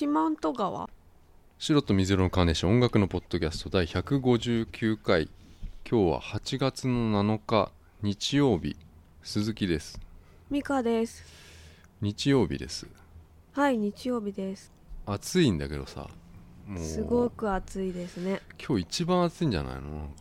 四万十川。 白と水色のカーネーション音楽のポッドキャスト第159回。今日は8月の7日日曜日。鈴木です。 ミカです。 日曜日です。 はい、日曜日です。 暑いんだけどさ、もうすごく暑いですね。 今日一番暑いんじゃないの？なんか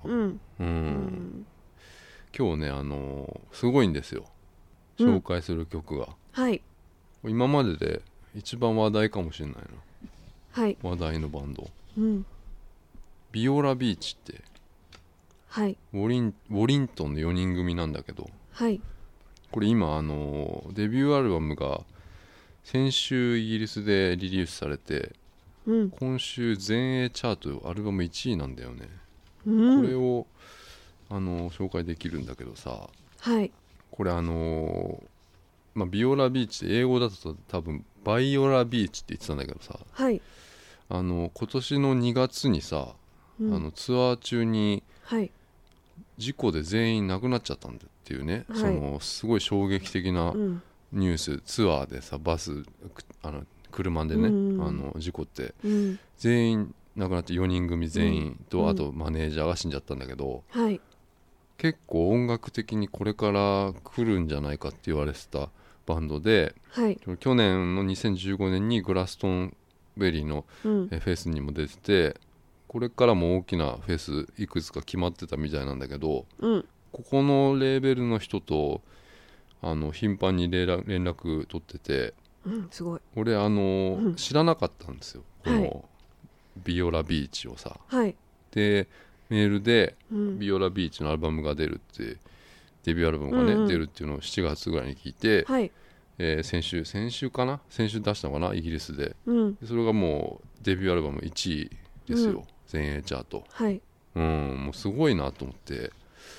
今日ね、すごいんですよ、紹介する曲が。 はい。 今までで一番話題かもしれないな。 はい。 話題のバンド、 ビビオラビーチって、 はい、 ウォリントンの4人組なんだけど、 はい、 これ今デビューアルバムが先週イギリスでリリースされて、今週全英チャートアルバム1位なんだよね。これを紹介できるんだけどさ、 はい、 これビオラビーチって英語だと多分バイオラビーチって言ってたんだけどさ、 はい、 今年の2月にさ、ツアー中に事故で全員亡くなっちゃったんだっていうね、すごい衝撃的なニュース。ツアーでさ、バス車でね、事故って、全員亡くなって、4人組全員と、あとマネージャーが死んじゃったんだけど、結構音楽的にこれから来るんじゃないかって言われてたバンドで、去年の2015年にグラストンベリーのフェスにも出てて、これからも大きなフェスいくつか決まってたみたいなんだけど、ここのレーベルの人と頻繁に連絡取ってて、 すごい。 俺知らなかったんですよ、このビオラビーチをさ。でメールで、ビオラビーチのアルバムが出るって、デビューアルバムがね、出るっていうのを7月ぐらいに聞いて、先週出したのかな、イギリスで。それがもうデビューアルバム1位ですよ、全英チャート。もうすごいなと思って、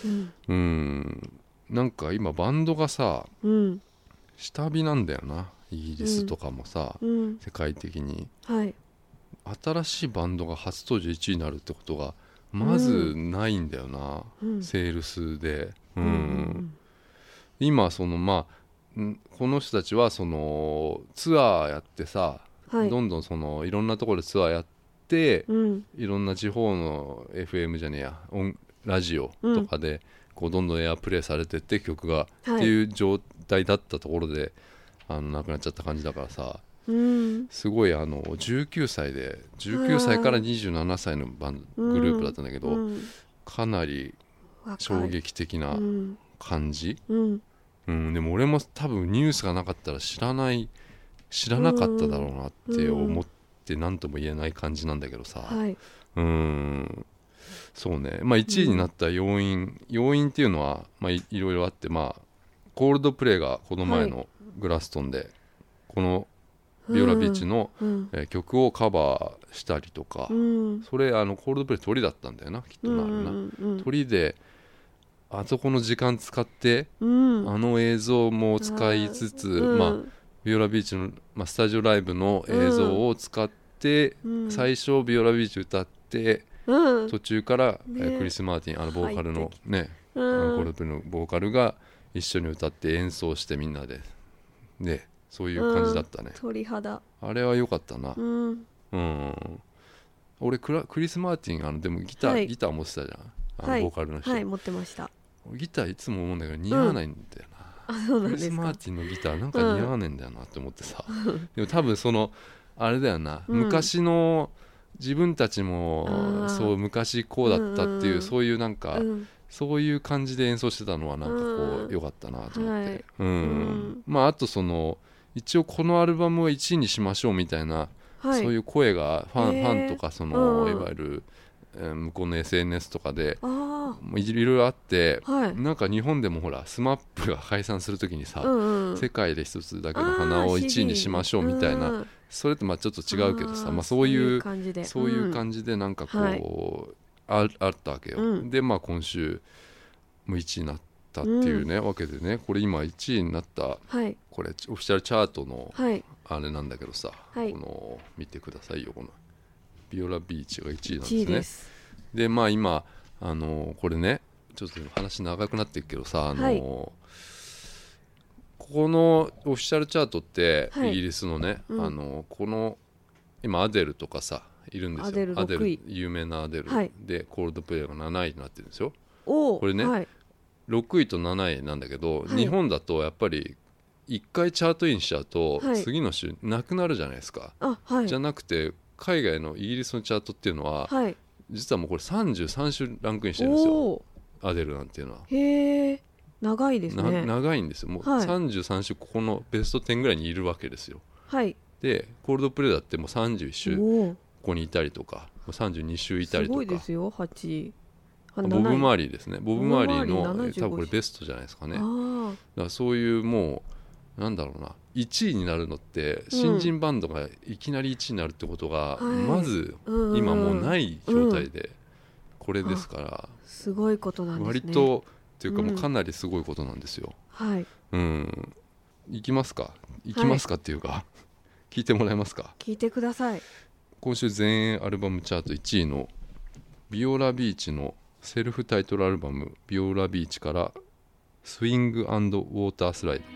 なんか今バンドがさ、下火なんだよな、イギリスとかもさ、世界的に。新しいバンドが初登場1位になるってことがまずないんだよな、セールスで。今この人たちはツアーやってさ、どんどんいろんなところでツアーやって、いろんな地方の FM じゃねえや、ラジオとかでどんどんエアプレイされてって曲が、っていう状態だったところで亡くなっちゃった感じだからさ、すごい19歳から27歳のグループだったんだけど、かなり衝撃的な感じ。でも俺も多分ニュースがなかったら知らなかっただろうなって思って、何とも言えない感じなんだけどさ。そうね、1位になった要因っていうのは、いろいろあって、コールドプレイがこの前のグラストンでこのビオラビーチの、曲をカバーしたりとか、それコールドプレイ鳥だったんだよな、きっとな、鳥であそこの時間使って、映像も使いつつ、ビオラビーチの、スタジオライブの映像を使って、最初ビオラビーチ歌って、途中から、クリス・マーティン、ボーカルのね、コールドプレイのボーカルが一緒に歌って演奏して、みんなでそういう感じだったね。 鳥肌。あれは良かったな。俺クリス・マーティンでもギター持ってたじゃん、ボーカルの人。 持ってました。 ギターいつも思うんだけど似合わないんだよな、クリス・マーティンのギターなんか似合わねえんだよなって思ってさ、でも多分あれだよな、昔の自分たちもそう昔こうだったっていう、そういうなんか、そういう感じで演奏してたのはなんかこう良かったなと思って、あと一応このアルバムを1位にしましょうみたいな、そういう声がファンとかいわゆる向こうの SNS とかでいろいろあって、なんか日本でもほらスマップが解散するときにさ、世界で一つだけの花を1位にしましょうみたいな、それとちょっと違うけどさ、そういう感じでなんかこうあったわけよ。で今週も1位になったっていうね、わけでね、これ今1位になった、これオフィシャルチャートのあれなんだけどさ、見てくださいよ、このビオラビーチが1位なんですね。で今これね、ちょっと話長くなってるけどさ、ここのオフィシャルチャートって、イギリスのね、この今アデルとかさいるんですよ。 アデル6位、 有名なアデル、 はい、 でコールドプレイが7位になってるんですよ。 これね、 はい、 6位と7位なんだけど、 はい、 日本だとやっぱり1回チャートインしちゃうと、 はい、 次の週なくなるじゃないですか。 はい、 じゃなくて海外のイギリスのチャートっていうのは、 はい、 実はもうこれ33週ランクインしてるんですよ。アデルなんていうのはへえ、長いですね。 長いんですよ。もう33週ここのベスト10ぐらいにいるわけですよ。 はい、 でコールドプレイだってもう31週ここにいたりとか32週いたりとか。 すごいですよ。8位、 ボブ・マーリーですね。ボブ・マーリーの 75 多分これベストじゃないですかね。だからそういうもうなんだろうな、1位になるのって新人バンドがいきなり1位になるってことがまず今もうない状態でこれですから、 すごいことなんですね。 割とっていうかもうかなりすごいことなんですよ。 はい、 行きますかっていうか聞いてもらえますか。 聞いてください。 今週全英アルバムチャート1位のビオラビーチのセルフタイトルアルバムビオラビーチからスイング&ウォータースライド。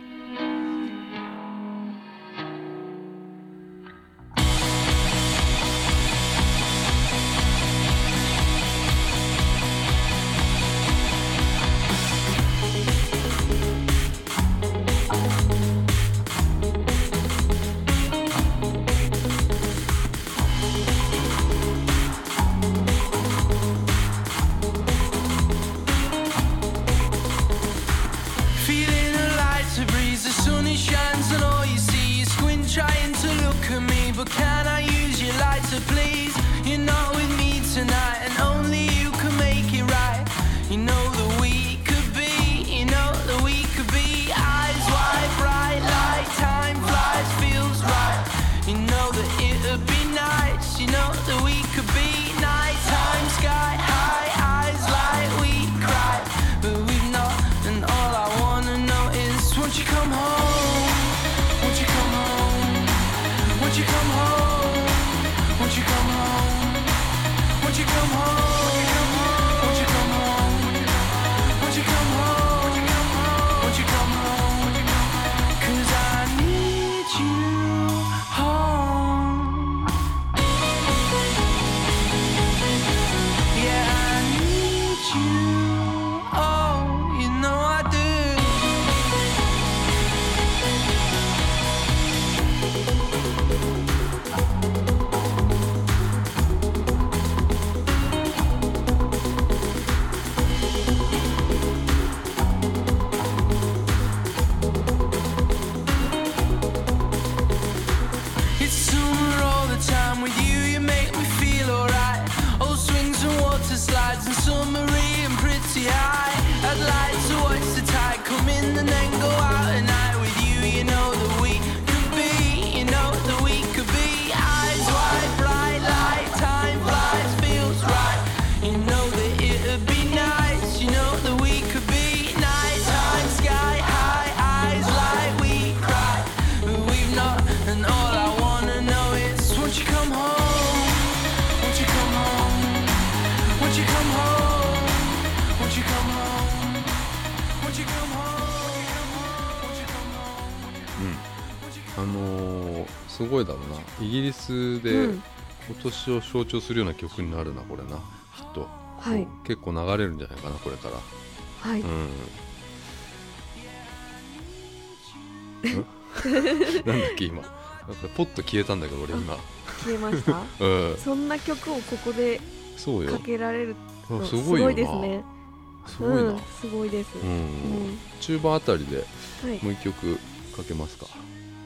すごいだろうな。イギリスで今年を象徴するような曲になるなこれな、きっと、 はい、 結構流れるんじゃないかなこれから。 はい、 なんだっけ今なんかポッと消えたんだけど俺今消えました、そんな曲をここでかけられるのすごいですね。 すごいな、 すごいです。 中盤あたりでもう一曲かけますか。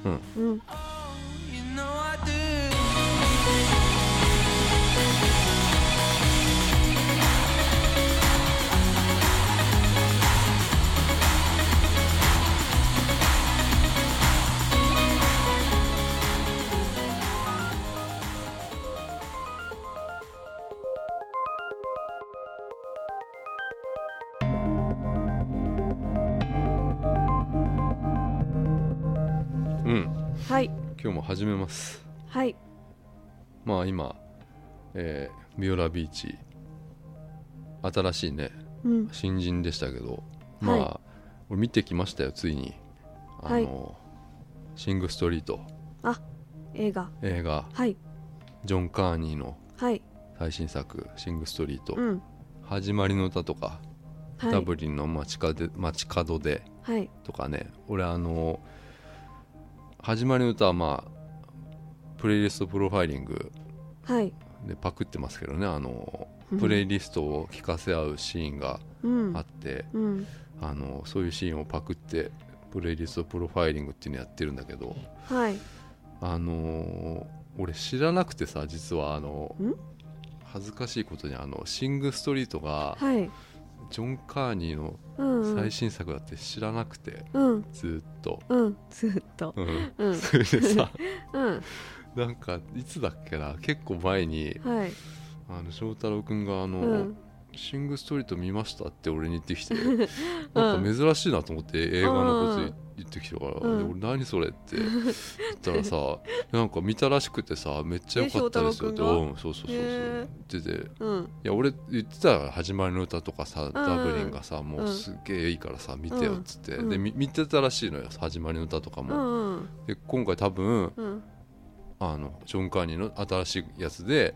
はい、 今日も始めます。 はい、 まあ今、ビオラビーチ新しいね、新人でしたけど、まあ俺見てきましたよついにはい、 シングストリート、 映画、 はい、 ジョン・カーニーの最新作「シング・ストリート」始まりの歌とか、ダブリンの街角でとかね、俺始まりの歌はまあプレイリストプロファイリングでパクってますけどね、プレイリストを聴かせ合うシーンがあって、そういうシーンをパクってプレイリストプロファイリングっていうのやってるんだけど、俺知らなくてさ、実は恥ずかしいことにシング・ストリートがジョン・カーニーの最新作だって知らなくて、ずっと、それでさ、なんかいつだっけな、結構前に、翔太郎くんがシング・ストリート見ましたって俺に言ってきてなんか珍しいなと思って映画のこと言ってきたから、で俺何それって言ったらさなんか見たらしくてさ、めっちゃ良かったですよって、そう言ってて、いや俺言ってたら始まりの歌とかさ、ダブリンがさもうすっげえいいからさ見てよっつって、で見てたらしいのよ、始まりの歌とかも、で今回多分ジョン・カーニーの新しいやつで、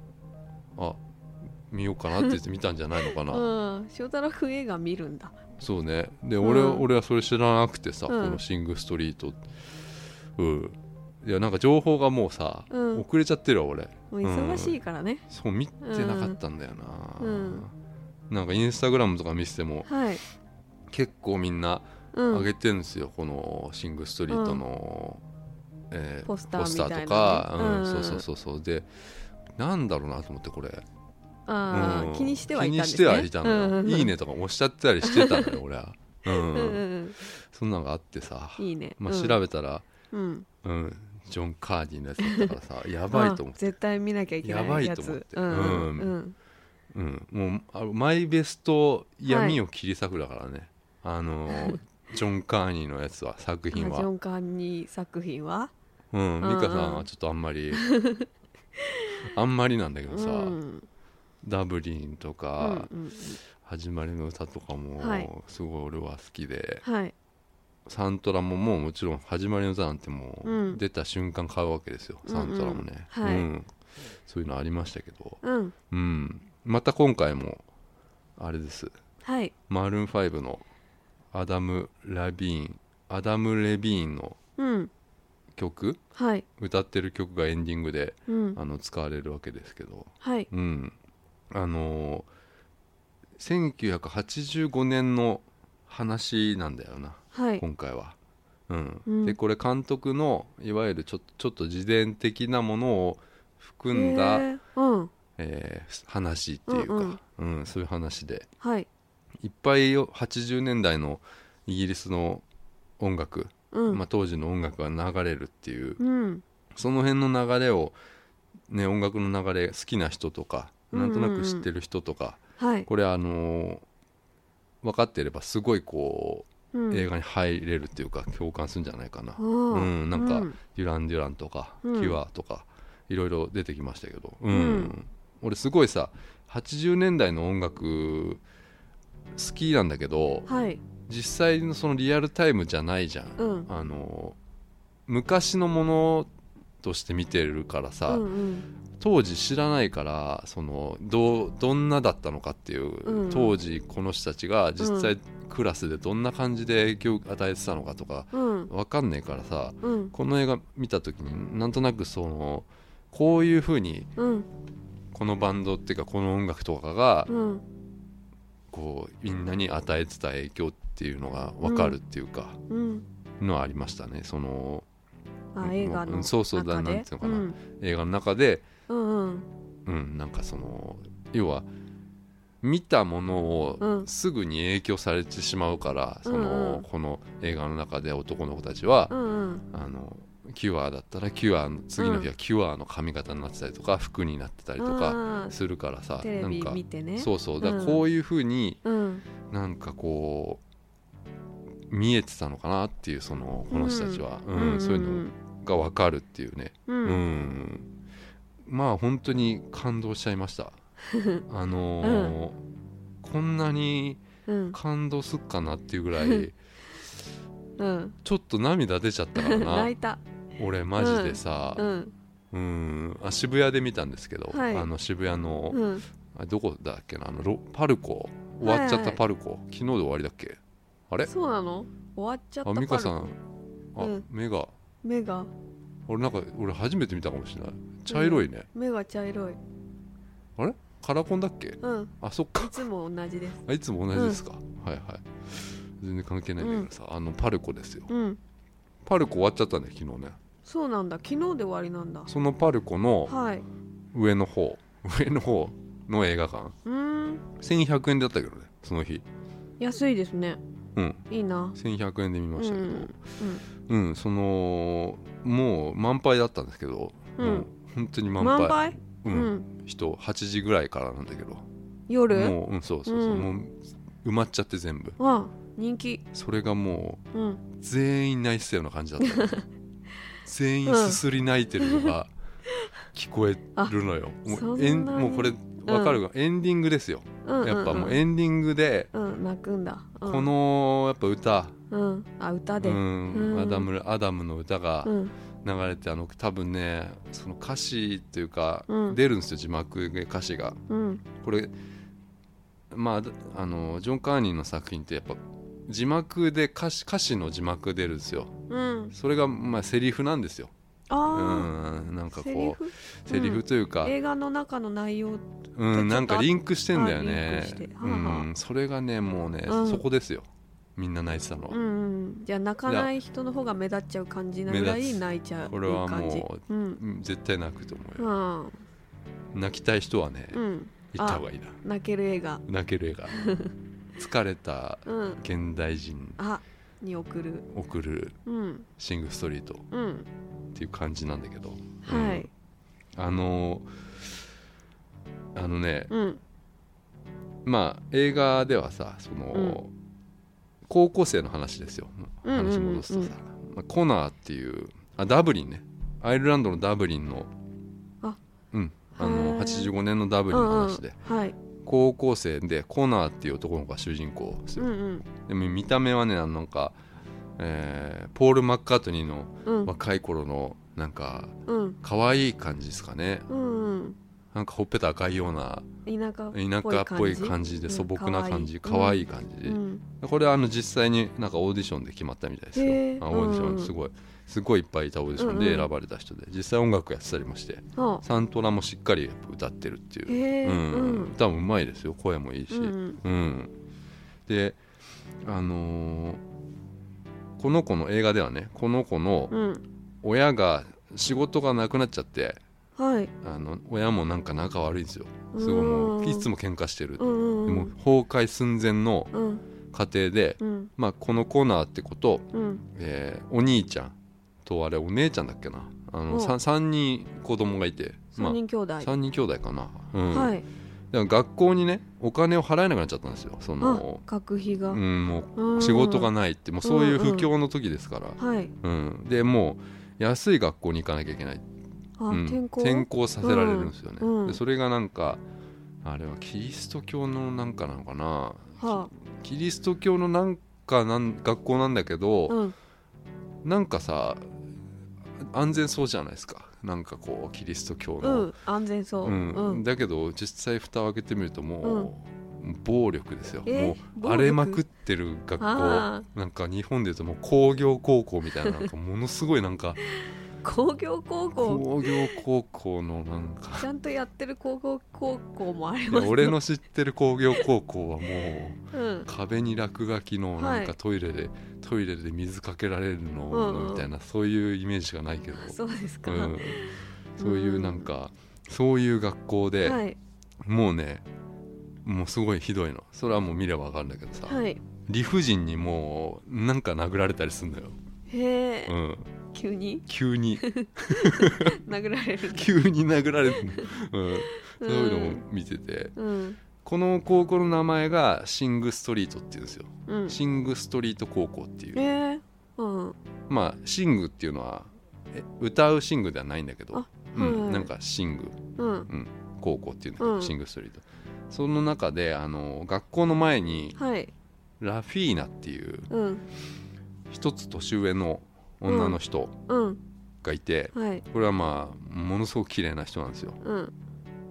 見ようかなって言って見たんじゃないのかな。 翔太郎くん映画見るんだ。 そうね。で、俺はそれ知らなくてさ、このシング・ストリート、いやなんか情報がもうさ、遅れちゃってるわ俺。 もう忙しいからね。 そう見てなかったんだよな。なんかインスタグラムとか見せても、結構みんな上げてるんですよ、このシング・ストリートの、ポスターとか、そうで、なんだろうなと思ってこれ。 気にしてはいたんですね。 気にしてはいたのよ。いいねとか押しちゃったりしてたのよ俺は。そんなのがあってさ、 いいね。 まあ調べたら、ジョン・カーニーのやつだったからさ、やばいと思って。 絶対見なきゃいけないやつ。 やばいと思って。もうマイベスト闇を切り裂くだからね。ジョン・カーニーのやつは、作品は。 ジョン・カーニー作品は？ 美香さんはちょっとあんまりなんだけどさ。ダブリンとか、始まりの歌とかもすごい俺は好きで、サントラももちろん始まりの歌なんてもう出た瞬間買うわけですよ、サントラもね、そういうのありましたけど、また今回もあれです、マルーン5のアダム・レビーンの曲、歌ってる曲がエンディングで使われるわけですけど、1985年の話なんだよな、今回は、でこれ監督のいわゆるちょっと自伝的なものを含んだ、話っていうか、そういう話で、いっぱい80年代のイギリスの音楽、当時の音楽が流れるっていう、その辺の流れを、音楽の流れ好きな人とかなんとなく知ってる人とか、これ分かっていればすごいこう、映画に入れるっていうか共感するんじゃないかな、なんか、デュラン・デュランとか、キュアとかいろいろ出てきましたけど、俺すごいさ80年代の音楽好きなんだけど、実際のそのリアルタイムじゃないじゃん、昔のものとして見てるからさ、当時知らないから、どんなだったのかっていう、当時この人たちが実際クラスでどんな感じで影響を与えてたのかとか、分かんねえからさ、この映画見た時になんとなくこういう風に、このバンドっていうかこの音楽とかが、こうみんなに与えてた影響っていうのが分かるっていうか、のはありましたね。 映画の中で、 そうだ、なんていうのかな、映画の中で、なんか要は見たものをすぐに影響されてしまうから、この映画の中で男の子たちは、キュアだったらキュアの次の日はキュアの髪型になってたりとか、服になってたりとかするからさ、 テレビ見てね、 そうだからこういう風に、なんかこう見えてたのかなっていう、この人たちは、そういうのが分かるっていうね、まあ本当に感動しちゃいましたこんなに感動すっかなっていうぐらい、ちょっと涙出ちゃったからな泣いた。 俺マジでさ、 渋谷で見たんですけど、 はい、 渋谷の、どこだっけな、パルコ終わっちゃったパルコ、はいはい、昨日で終わりだっけ、あれそうなの、終わっちゃったパルコ。 美香さん、目が俺初めて見たかもしれない。茶色いね、 目が茶色い。 あれカラコンだっけ。あ、そっか、 いつも同じです。 いつも同じですか、はいはい、全然関係ないんだけどさ、パルコですよ、パルコ終わっちゃったね昨日ね。 そうなんだ、昨日で終わりなんだ。 そのパルコの上の方の映画館、1100円だったけどね、その日。 安いですね。いいな。 1100円で見ましたけど、そのもう満杯だったんですけど、もう本当に満杯、人8時ぐらいからなんだけど、 夜もう、そうそうそう、もう埋まっちゃって全部。 人気。 それがもう、全員泣いてたような感じだった全員すすり泣いてるのが聞こえるのよ。もうこれ分かるが、エンディングですよ、やっぱもうエンディングで、 泣くんだ、 このやっぱ歌、 歌で、 アダムの歌が流れて、多分ね、その歌詞というか、出るんですよ、字幕で歌詞が、これまあジョン・カーニーの作品ってやっぱ字幕で歌詞の字幕出るんですよ、それがまあセリフなんですよ。なんかこうセリフというか、 映画の中の内容なんかリンクしてんだよね。それがね、もうね、そこですよ、みんな泣いてたのは。 じゃあ泣かない人の方が目立っちゃう感じなぐらい泣いちゃう。 これはもう絶対泣くと思うよ。泣きたい人はね、行った方がいいな。 泣ける映画疲れた現代人に送るシングストリートっていう感じなんだけど、ね、まあ映画ではさ、その高校生の話ですよ。話戻すとさ、コナーっていうダブリンね、アイルランドのダブリンの85年のダブリンの話で、高校生でコナーっていう男の子が主人公ですよ。でも見た目はね、なんか、ポール・マッカートニーの若い頃のなんか可愛い感じですかね。なんかほっぺた赤いような田舎っぽい感じで、素朴な感じ、可愛い感じで、これは実際になんかオーディションで決まったみたいですよ。オーディションすごいいっぱいいたオーディションで選ばれた人で、実際音楽やってたりもして、サントラもしっかり歌ってるっていう、歌もうまいですよ、声もいいし、でこの子の映画ではね、この子の親が仕事がなくなっちゃって、親もなんか仲悪いんですよ。すごいもういつも喧嘩してる、でも崩壊寸前の家庭で、まあ、このコーナーってこと、お兄ちゃんとあれお姉ちゃんだっけな、3人子供がいて、 3人兄弟、 3人兄弟かな、だから学校にねお金を払えなくなっちゃったんですよ、その学費が、 もう仕事がないって、もうそういう不況の時ですから、でもう安い学校に行かなきゃいけない、転校させられるんですよね。でそれがなんかあれはキリスト教のなんかなのかな、キリスト教のなんか学校なんだけど、なんかさ安全そうじゃないですか、なんかこうキリスト教の、 安全そう、 だけど実際蓋を開けてみるともう、暴力ですよ、もう荒れまくってる学校、なんか日本でいうともう工業高校みたいな、なんかものすごいなんか工業高校のなんかちゃんとやってる工業高校もあります。 俺の知ってる工業高校はもう、壁に落書きのなんかトイレで水かけられるのみたいな、そういうイメージしかないけど、 そうですか、 そういうなんか、そういう学校で、もうね、もうすごいひどいの、それはもう見れば分かるんだけどさ、理不尽にもうなんか殴られたりするんだよ。 へえ、急に殴られる急に殴られる、そういうのも見てて、この高校の名前がシングストリートっていうんですよ、シングストリート高校っていう、まあシングっていうのは歌うシングではないんだけど、なんかシング、高校っていうんだけど、シングストリート、その中で学校の前に、ラフィーナっていう、一つ年上の女の人がいて、 はい、 これはまあものすごく綺麗な人なんですよ、 うん、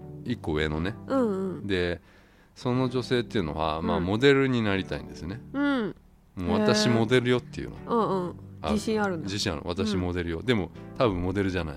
1個上のね、 うんうん、 でその女性っていうのは、まあ、モデルになりたいんですね、 うん、 もう私モデルよっていうの、 うんうん、自信あるんだ。 自信ある、私モデルよ、でも多分モデルじゃない、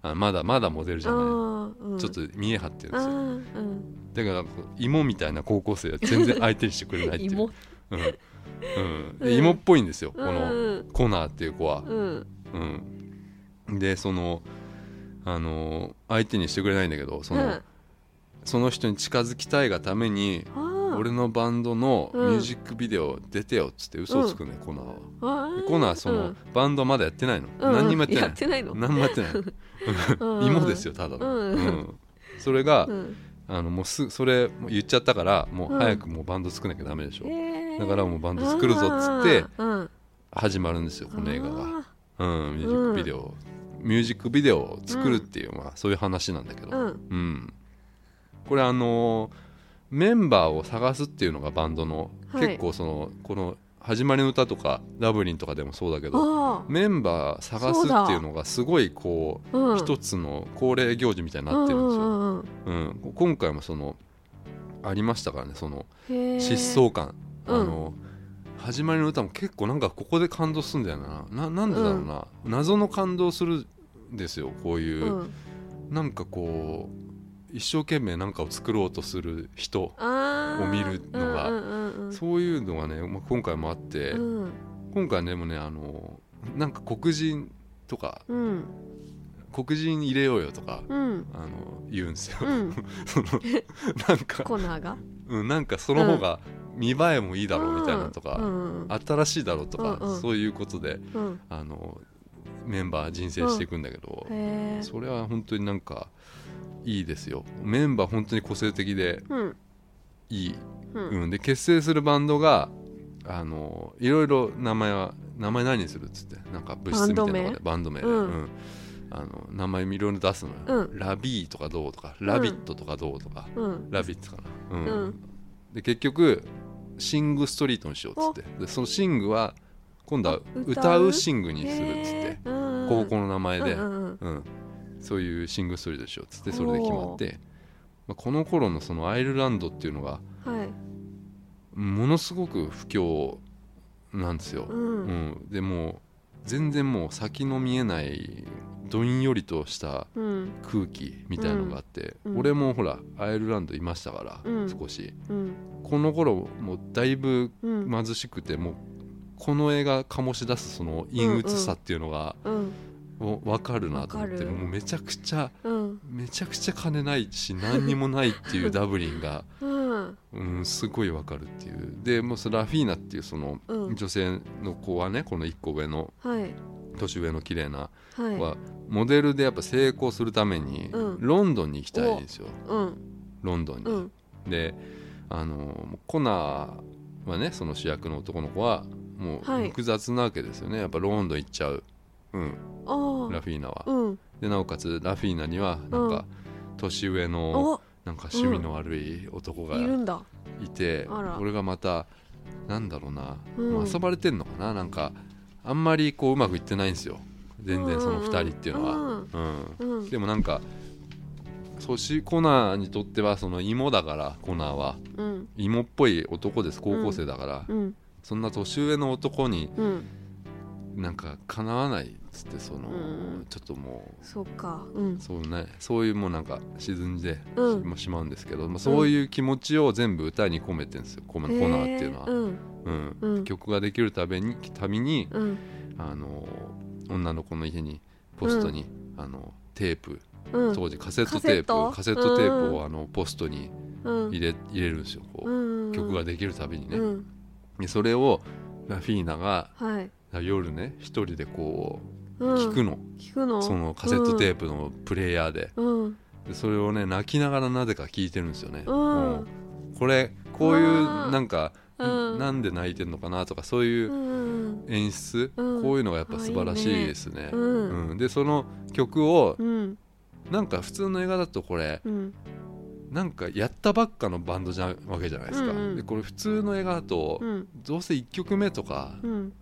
まだモデルじゃない、ちょっと見え張ってるんですよ、だから芋みたいな高校生は全然相手にしてくれないっていう芋、で芋っぽいんですよ、このコナーっていう子は、でその相手にしてくれないんだけど、その人に近づきたいがために俺のバンドのミュージックビデオ出てよっつって嘘をつくね、コナーは。コナーはその、バンドまだやってないの、何にもやってないの、何もやってない芋ですよただの、それが、もうそれ言っちゃったからもう早くもうバンド作んなきゃダメでしょ、だからもうバンド作るぞっつって始まるんですよこの映画が、ミュージックビデオを作るっていう、まあ、そういう話なんだけど、これメンバーを探すっていうのがバンドの、結構この始まりの歌とかラブリンとかでもそうだけど、メンバー探すっていうのがすごいこう、一つの恒例行事みたいになってるんですよ、今回もありましたからね、その疾走感、始まりの歌も結構なんかここで感動するんだよなんでだろうな、謎の感動するんですよ、こういう、なんかこう一生懸命なんかを作ろうとする人を見るのが、そういうのがね、今回もあって、今回ねもねなんか黒人とか、黒人入れようよとか、言うんですよ、なんかコナーが、 なんかその方が見栄えもいいだろうみたいなとか、新しいだろうとか、そういうことで、メンバー人選していくんだけど、それは本当になんかいいですよ、メンバー本当に個性的でいい、で結成するバンドがいろいろ名前何にするっつって、なんか物質みたいなのでバンド名で、名前いろいろ出すのよ、ラビーとかどうとか、ラビットとかどうとか、ラビッツかな、で結局シングストリートにしようっつって、でそのシングは今度は歌うシングにするっつって、高校の名前で、そういうシングストリートでしょっつって、それで決まって、この頃のそのアイルランドっていうのがものすごく不況なんですよ、でもう全然もう先の見えないどんよりとした空気みたいなのがあって、俺もほらアイルランドいましたから、少し、この頃もうだいぶ貧しくて、もうこの映画醸し出すその陰鬱さっていうのが分かるなと思って、もうめちゃくちゃ金ないし何にもないっていうダブリンがすごい分かるっていう。でもうラフィーナっていうその女性の子はね、この1個上の年上の綺麗なはモデルでやっぱ成功するためにロンドンに行きたいんですよ、ロンドンに、でコナーはね、その主役の男の子はもう複雑なわけですよね、やっぱロンドン行っちゃう、ラフィーナは、でなおかつラフィーナにはなんか年上のなんか趣味の悪い男がいて、俺がまたなんだろうな、遊ばれてんのかな、なんかあんまりこううまくいってないんですよ全然、その2人っていうのは、でもなんかコナーにとってはその芋だから、コナーは芋っぽい男です、高校生だから、そんな年上の男になんかかなわないっつって、ちょっともうそうか、そういうもうなんか沈んでしまうんですけど、そういう気持ちを全部歌に込めてるんですよ、コナーっていうのは、曲ができるたびに、女の子の家にポストに、テープ、当時カセットテープをポストに入れるんですよ、こう曲ができるたびにね、でそれをラフィーナが、夜ね一人でこう聞くの、そのカセットテープのプレイヤーで、でそれをね泣きながらなぜか聞いてるんですよね、こういうなんかなんで泣いてんのかなとか、そういう演出、こういうのがやっぱ素晴らしいですね、でその曲をなんか普通の映画だとこれなんかやったばっかのバンドわけじゃないですか、でこれ普通の映画だとどうせ1曲目とか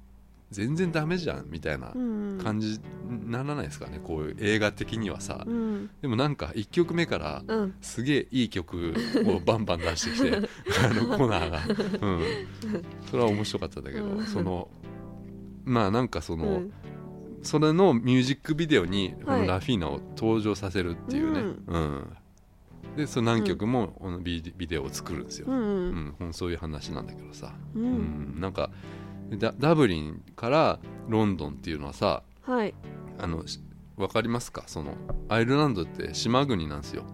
全然ダメじゃんみたいな感じにならないですかね、こういう映画的にはさ、でもなんか1曲目からすげえいい曲をバンバン出してきてコナーが、それは面白かったんだけど、そのまあなんかその、それのミュージックビデオにこのラフィーナを登場させるっていうね、でその何曲もビデオを作るんですよ、そういう話なんだけどさ、なんかダブリンからロンドンっていうのはさ、分かりますか、そのアイルランドって島国なんですよ、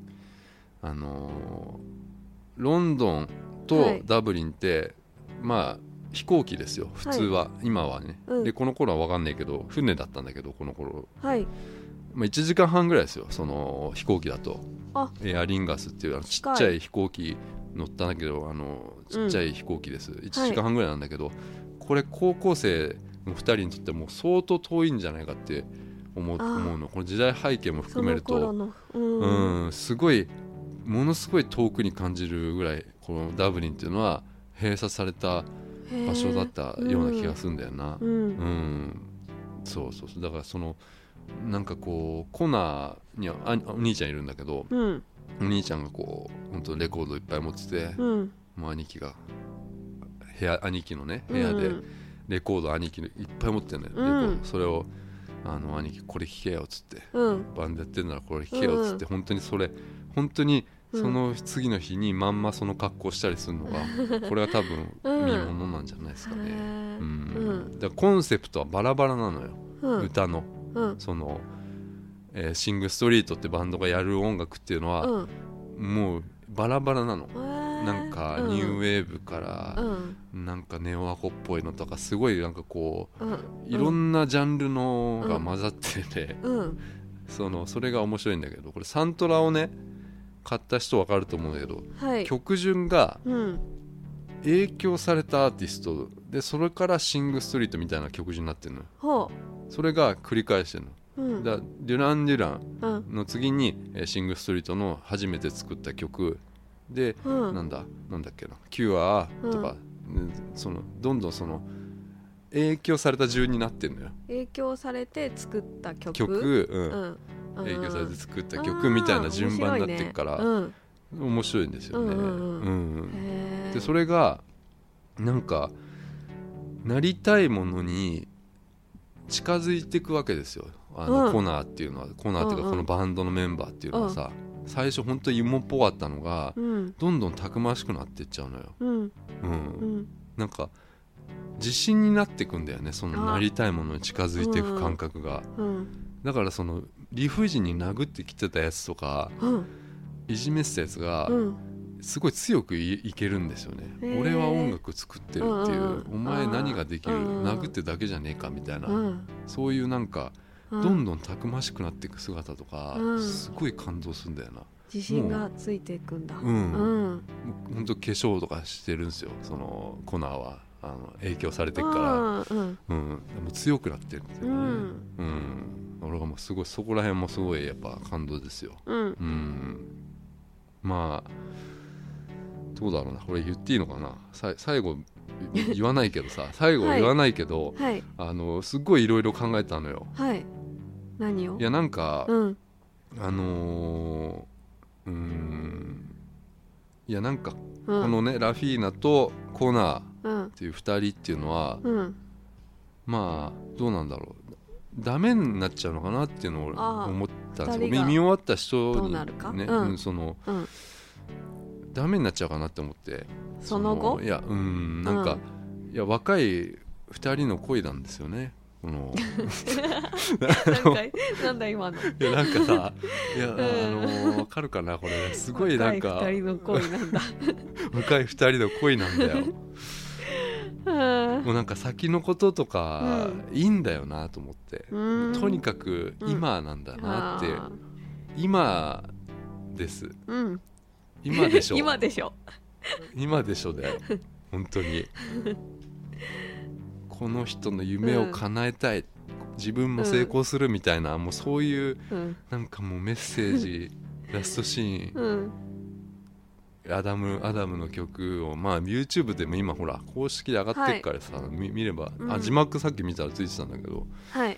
ロンドンとダブリンって、まあ飛行機ですよ普通は、今はね、でこの頃は分かんないけど船だったんだけど、この頃、まあ、1時間半ぐらいですよ、その飛行機だと。エアリンガスっていうちっちゃい飛行機乗ったんだけど、ちっちゃい飛行機です、1時間半ぐらいなんだけど、これ高校生の2人にとっても相当遠いんじゃないかって思うの。この時代背景も含めると、すごいものすごい遠くに感じるぐらい、このダブリンっていうのは閉鎖された場所だったような気がするんだよな。そうだからそのなんかこうコナーにはお兄ちゃんいるんだけど、お兄ちゃんがこう本当レコードいっぱい持ってて、もう兄貴が兄貴のね部屋でレコード兄貴いっぱい持ってるのよ、レコード。それを兄貴これ聴けよっつって、バンドやってんならこれ聴けよっつって、本当にその次の日にまんまその格好したりするのが、これは多分見ものなんじゃないですかね。だからコンセプトはバラバラなのよ、歌の、その、シング・ストリートってバンドがやる音楽っていうのは、もうバラバラなの。なんかニューウェーブからなんかネオアコっぽいのとか、すごいなんかこういろんなジャンルのが混ざってて、それが面白いんだけど、これサントラをね買った人分かると思うんだけど、曲順が影響されたアーティストで、それからシング・ストリートみたいな曲順になってるの。それが繰り返してるの。だデュラン・デュランの次にシング・ストリートの初めて作った曲で、なんだっけな、キュアとか、そのどんどんその影響された順になってるのよ。 影響されて作った曲、 影響されて作った曲みたいな順番になってるから、面白いんですよね。でそれがなんかなりたいものに近づいていくわけですよ、コナーっていうのは。コナーっていうかこのバンドのメンバーっていうのはさ、最初本当に芋っぽかったのが、どんどんたくましくなっていっちゃうのよ。なんか自信になっていくんだよね、そのなりたいものに近づいていく感覚が。だからその理不尽に殴ってきてたやつとか、いじめてたやつがすごい強くいけるんですよね。俺は音楽作ってるっていう、お前何ができる、殴ってだけじゃねえかみたいな、そういうなんかどんどんたくましくなっていく姿とか、すごい感動するんだよな。 自信がついていくんだ。 本当化粧とかしてるんですよ、そのコナーは。影響されてるから、でも強くなってるんですよね。俺がもうすごいそこら辺もすごいやっぱ感動ですよ。まあどうだろうな、これ言っていいのかな、最後言わないけどさ最後言わないけど、すっごいいろいろ考えたのよ。 何を？ いやなんか、いやなんか、このねラフィーナとコナーっていう2人っていうのは、まあどうなんだろう、ダメになっちゃうのかなっていうのを思ったんですよ。見終わった人にね、ダメになっちゃうかなって思って。 その後、 いやなんか、いや若い2人の恋なんですよね。 なんだ今の。いやなんかさ、いやわかるかなこれ、すごいなんか若い2人の恋なんだ。 若い2人の恋なんだよ。もうなんか先のこととかいいんだよなと思って、とにかく今なんだなって、今です、今でしょ今でしょ今でしょだよ本当に。この人の夢を叶えたい、自分も成功するみたいな、もうそういう、なんかもうメッセージ、ラストシーン、 アダムの曲をまあ YouTube でも今ほら公式で上がってるからさ、はい、見れば、字幕さっき見たらついてたんだけど、 はい、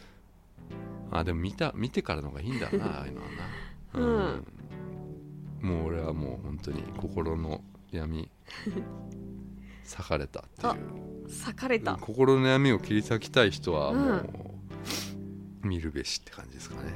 でも見てからの方がいいんだなああいうのはな、もう俺はもう本当に心の闇裂かれたっていう。 裂かれた。 心の闇を切り裂きたい人はもう、見るべしって感じですかね。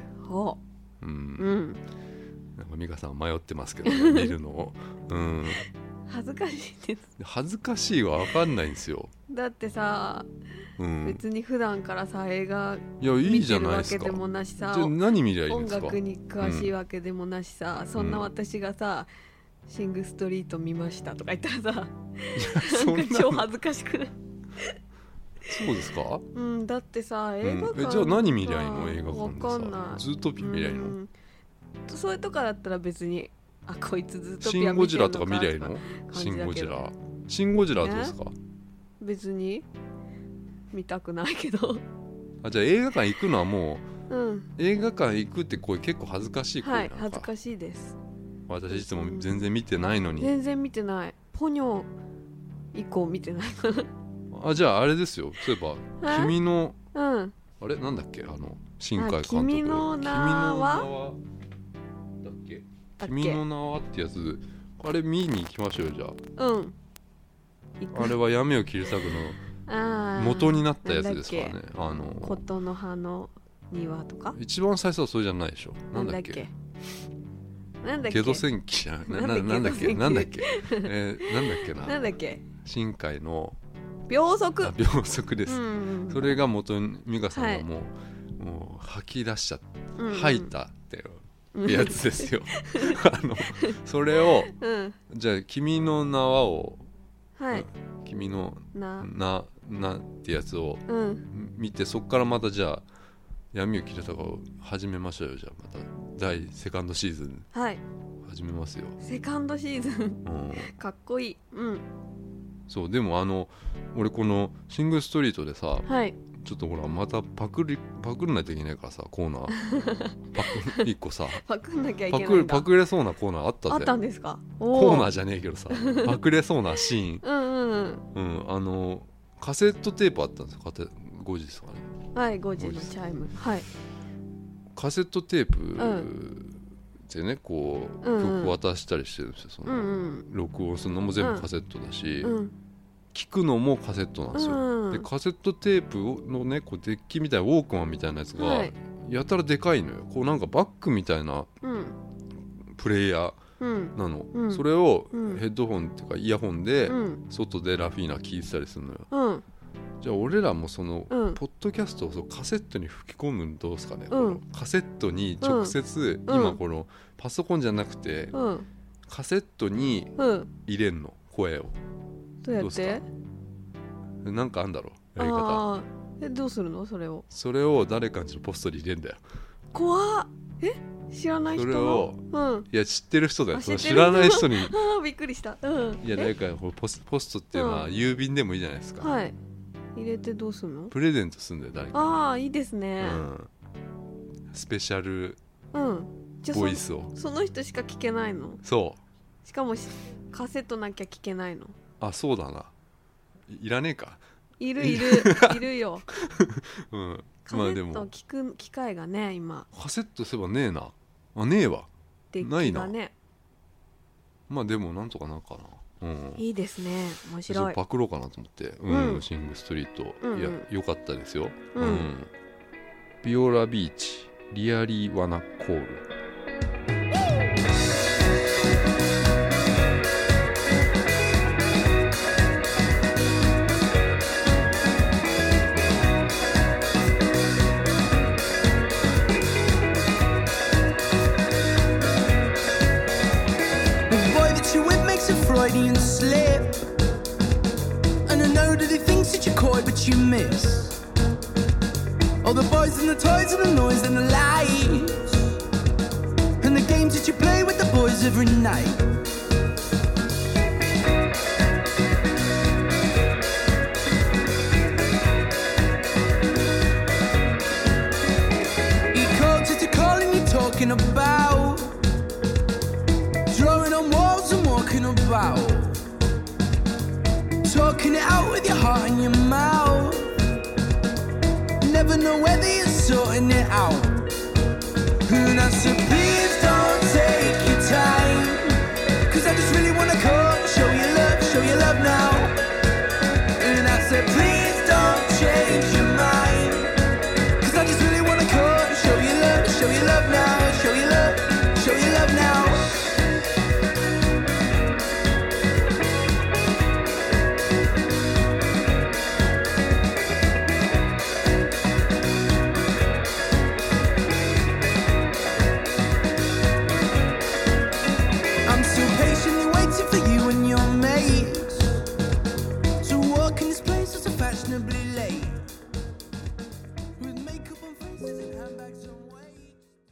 なんか美香さんは迷ってますけど、ね、見るのを、 恥ずかしいです。 恥ずかしいは分かんないんですよ。 だってさ、別に普段からさ映画いいじゃ見てるわけでもなしさ、 何見りゃいいんですか。 音楽に詳しいわけでもなしさ、そんな私がさ、シングストリート見ましたとか言ったらさ、なんか超恥ずかしくない？ そうですか？ だってさ映画館じゃあ何見りゃいいの？映画館でさ。 わかんない。 ズートピア見りゃいいの？ それとかだったら別にこいつズートピア見てるのかシンゴジラとか見りゃいいの？シンゴジラはどうですか？ 別に見たくないけど。 じゃあ映画館行くのはもう、映画館行くって声結構恥ずかしい声なのか。 恥ずかしいです。 私いつも全然見てないのに。 全然見てない。ポニョ以降見てないかな。じゃああれですよ、そういえば君の、あれなんだっけ、新海監督君の名はだっけ、君の名はってやつ、あれ見に行きましょうよ。じゃああれは闇を切り裂くの元になったやつですからね。 琴の葉の庭とか。 一番最初はそれじゃないでしょ。なんだっけゲド戦記じゃない。なんだっけなんだっけ新海の秒速です、それが元に美香さんがもう吐き出しちゃって、吐いたっていうやつですよ。それを、じゃあ君の名はを、君のなってやつを見て、そっからまたじゃあ闇を切れたかを始めましょうよ。じゃあまたセカンドシーズン始めますよ。 セカンドシーズン、かっこいい。 そうでも俺このシングストリートでさ、ちょっとほらまたパクんないといけないからさ、コーナー1個さパクんなきゃいけないんだ。 パクれそうなコーナーあったぜ。 あったんですか？ コーナーじゃねえけどさ、パクれそうなシーンカセットテープあったんですよ。5時ですかね。 5時のチャイム。 カセットテープでね、こう曲渡したりしてるんですよ。録音するのも全部カセットだし、聞くのもカセットなんですよ。でカセットテープのね、こうデッキみたいなウォークマンみたいなやつがやたらでかいのよ。こうなんかバッグみたいなプレイヤーなの。それをヘッドホンっていうかイヤホンで外でラフィーナ聴いてたりするのよ。じゃあ俺らもそのポッドキャストをカセットに吹き込むんどうですかね。カセットに直接、今このパソコンじゃなくて、カセットに入れんの、声を。 どうやって？ なんかあんだろう、やり方。 どうするの？ それを誰かのポストに入れんだよ。 怖っ。知らない人。それを、 いや知ってる人だよ。知らない人にびっくりした。 いや誰かポストっていうのは郵便でもいいじゃないですか。 入れてどうするの？プレゼントするんだよ、誰か。 いいですね。 スペシャルボイスを。 その人しか聞けないの？そう。しかもカセットなきゃ聞けないの？ そうだな。いらねえか。 いるよ。カセット聞く機会がね、今。 カセットすればねえな。ねえわ。ないな。まあでもなんとかなんかな。 いいですね。面白い。 パクろうかなと思って、シングストリート、いや良かったですよ。ビオラビーチリアリーワナコール。 Freudian slip, and I know that he thinks that you're coy, but you miss all the boys and the toys and the noise and the lights and the games that you play with the boys every night. You called to call and you're talking about drawing on walls and walking talking about? Talking it out with your heart in your mouth. Never know whether you're sorting it out. And I said, please don't take your time, 'cause I just really wanna come, show you love now. And I said, please don't change your mind, 'cause I just really wanna come, show you love now, show you love now. I'm still patiently waiting for you and your mates to walk in this place that's so fashionably late, with makeup on faces and handbags on weight.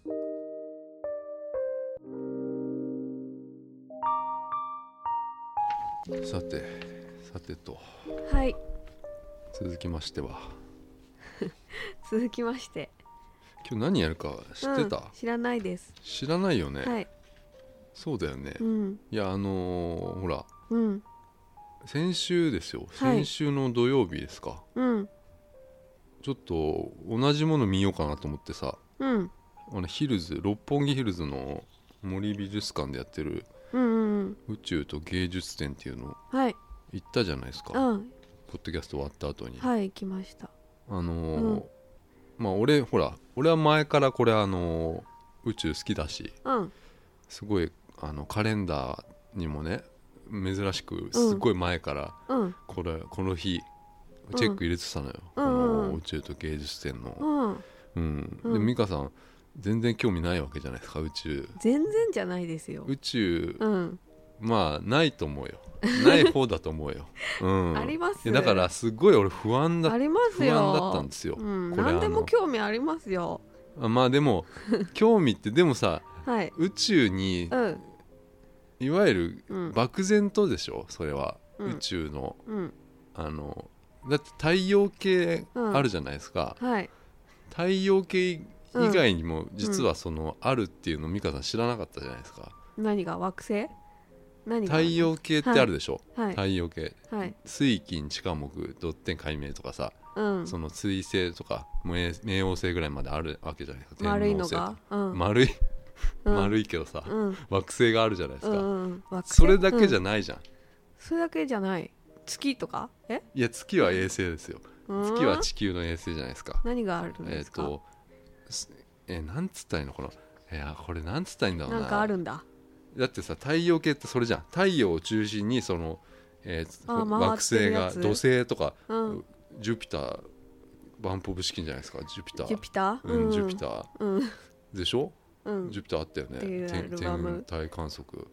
さてとはい、 続きましては、 続きまして今日何やるか知ってた？ 知らないです。 知らないよね、 はい。 そうだよね、いやほら、先週ですよ、先週の土曜日ですか、ちょっと同じもの見ようかなと思ってさ、ヒルズ、六本木ヒルズの森美術館でやってる宇宙と芸術展っていうの行ったじゃないですか、ポッドキャスト終わった後に。 はい、来ました。 まあ俺は前からこれ宇宙好きだし、すごいカレンダーにもね珍しくすごい前から、この日チェック入れてたのよ、この宇宙と芸術展の、で美香さん全然興味ないわけじゃないですか、宇宙。 全然じゃないですよ。 宇宙、まあないと思うよ、ない方だと思うよ、 ありますよ。 だからすごい俺不安だありますよ。 不安だったんですよ、 何でも興味ありますよ。 まあでも興味ってでもさ、宇宙に、いわゆる漠然とでしょ、それは、宇宙の、だって太陽系あるじゃないですか、太陽系以外にも実はあるっていうのを美香さん知らなかったじゃないですか。 何が？惑星？何が？ 太陽系ってあるでしょ、太陽系、水金地火木土天海冥とかさ、その水星とか冥王星ぐらいまであるわけじゃないですか。 丸いのが、 丸いけどさ、惑星があるじゃないですか、それだけじゃないじゃん、 それだけじゃない。月とか？ いや月は衛星ですよ、月は地球の衛星じゃないですか。 何があるんですか？ なんつったらいいのかな、これなんつったらいいんだろうな。 なんかあるんだ。 だってさ、太陽系ってそれじゃん、太陽を中心に惑星が土星とか、ジュピター、バンプオブチキンじゃないですか、ジュピター、 ジュピター、でしょ、ジュピターあったよね、天体観測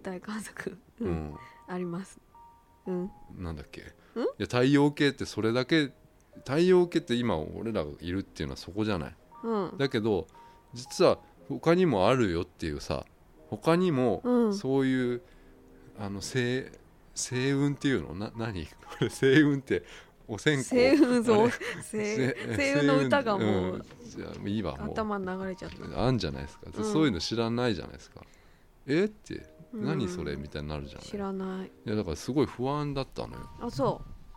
あります。 なんだっけ、いや太陽系ってそれだけ、太陽系って今俺らがいるっていうのはそこじゃない、だけど実は他にもあるよっていうさ、他にもそういう、星雲っていうの何これ、星雲ってお線香、 星雲の歌がもういいわ、もう頭に流れちゃった。 あんじゃないですか、そういうの知らないじゃないですか。って何それみたいになるじゃない。 知らない。 いやだからすごい不安だったのよ。 あ、そう。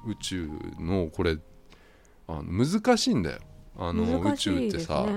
宇宙のこれ難しいんだよ、宇宙ってさ、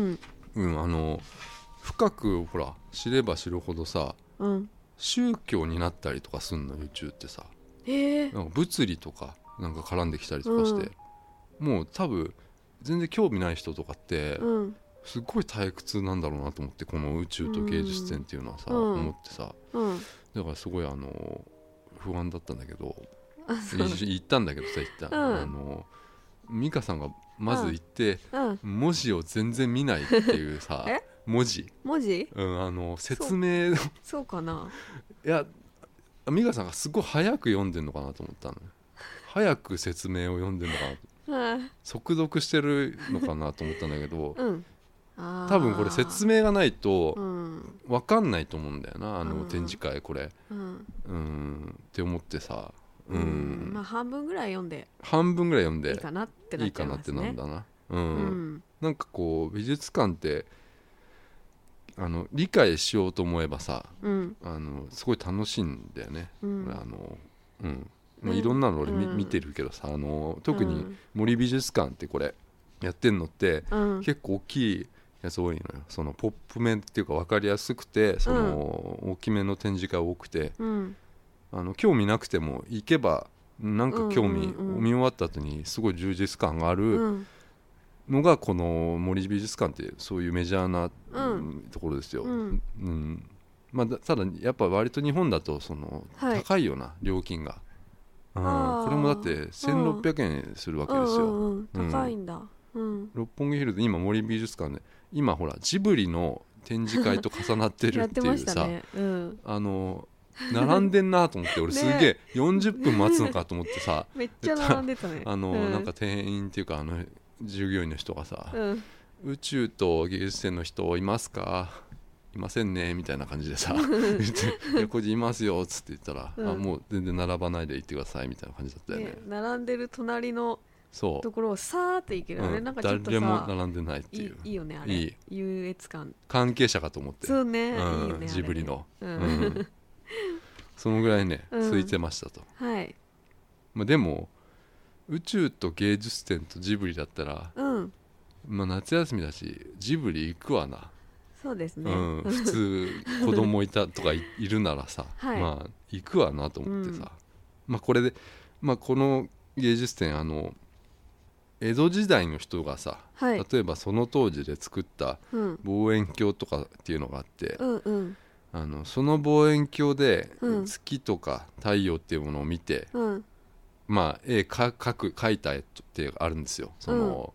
深くほら知れば知るほどさ、宗教になったりとかすんの、宇宙ってさ、なんか物理とかなんか絡んできたりとかして、もう多分全然興味ない人とかって、すごい退屈なんだろうなと思って、この宇宙と芸術展っていうのはさ、思ってさ、だからすごい不安だったんだけど、行ったんだけどさ、美香さんがまず行って、文字を全然見ないっていうさ文字、説明そうかな。 いや美香さんがすごい早く読んでんのかなと思ったの、早く説明を読んでんのかな、速読してるのかなと思ったんだけど、多分これ説明がないと分かんないと思うんだよな、展示会これ、って思ってさ、 まあ半分ぐらい読んでいいかなってなっちゃいますね。 なんだな、なんかこう美術館って理解しようと思えばさ、 うんすごい楽しいんだよね、 うんまあ、いろんなの俺見てるけどさ、特に森美術館ってこれやってんのって、結構大きいやつ多いのよ。そのポップ面っていうか分かりやすくて、その大きめの展示会多くて、興味なくても行けばなんか興味、見終わった後にすごい充実感があるのがこの森美術館ってそういうメジャーなところですよ、まあ、ただやっぱ割と日本だとその高いよな、料金が、これもだって1600円するわけですよ、 高いんだ、 六本木ヒルズ今森美術館で今ほらジブリの展示会と重なってるっていうさ並んでんなと思って俺すげえ40分待つのかと思ってさめっちゃ並んでたねなんか店員っていうか従業員の人がさ、宇宙と芸術展の人いますか、いませんねみたいな感じでさ言っていやこれでいますよっつって言ったら、もう全然並ばないで行ってくださいみたいな感じだったよね。 並んでる隣のところをさーって行けるよね、なんかちょっとさ誰も並んでないっていう。 いいよねあれ、優越感、 関係者かと思って。 そうね、いいよねジブリの、そのぐらいね空いてましたと。 はい。 まあでも宇宙と芸術展とジブリだったら、まあ夏休みだしジブリ行くわな。 そうですね、 普通子供いたとか いるならさ、まあ行くわなと思ってさ、まあこれで、まあ、この芸術展江戸時代の人がさ、例えばその当時で作った望遠鏡とかっていうのがあって、その望遠鏡で月とか太陽っていうものを見て、まあ絵描いた絵ってあるんですよ。その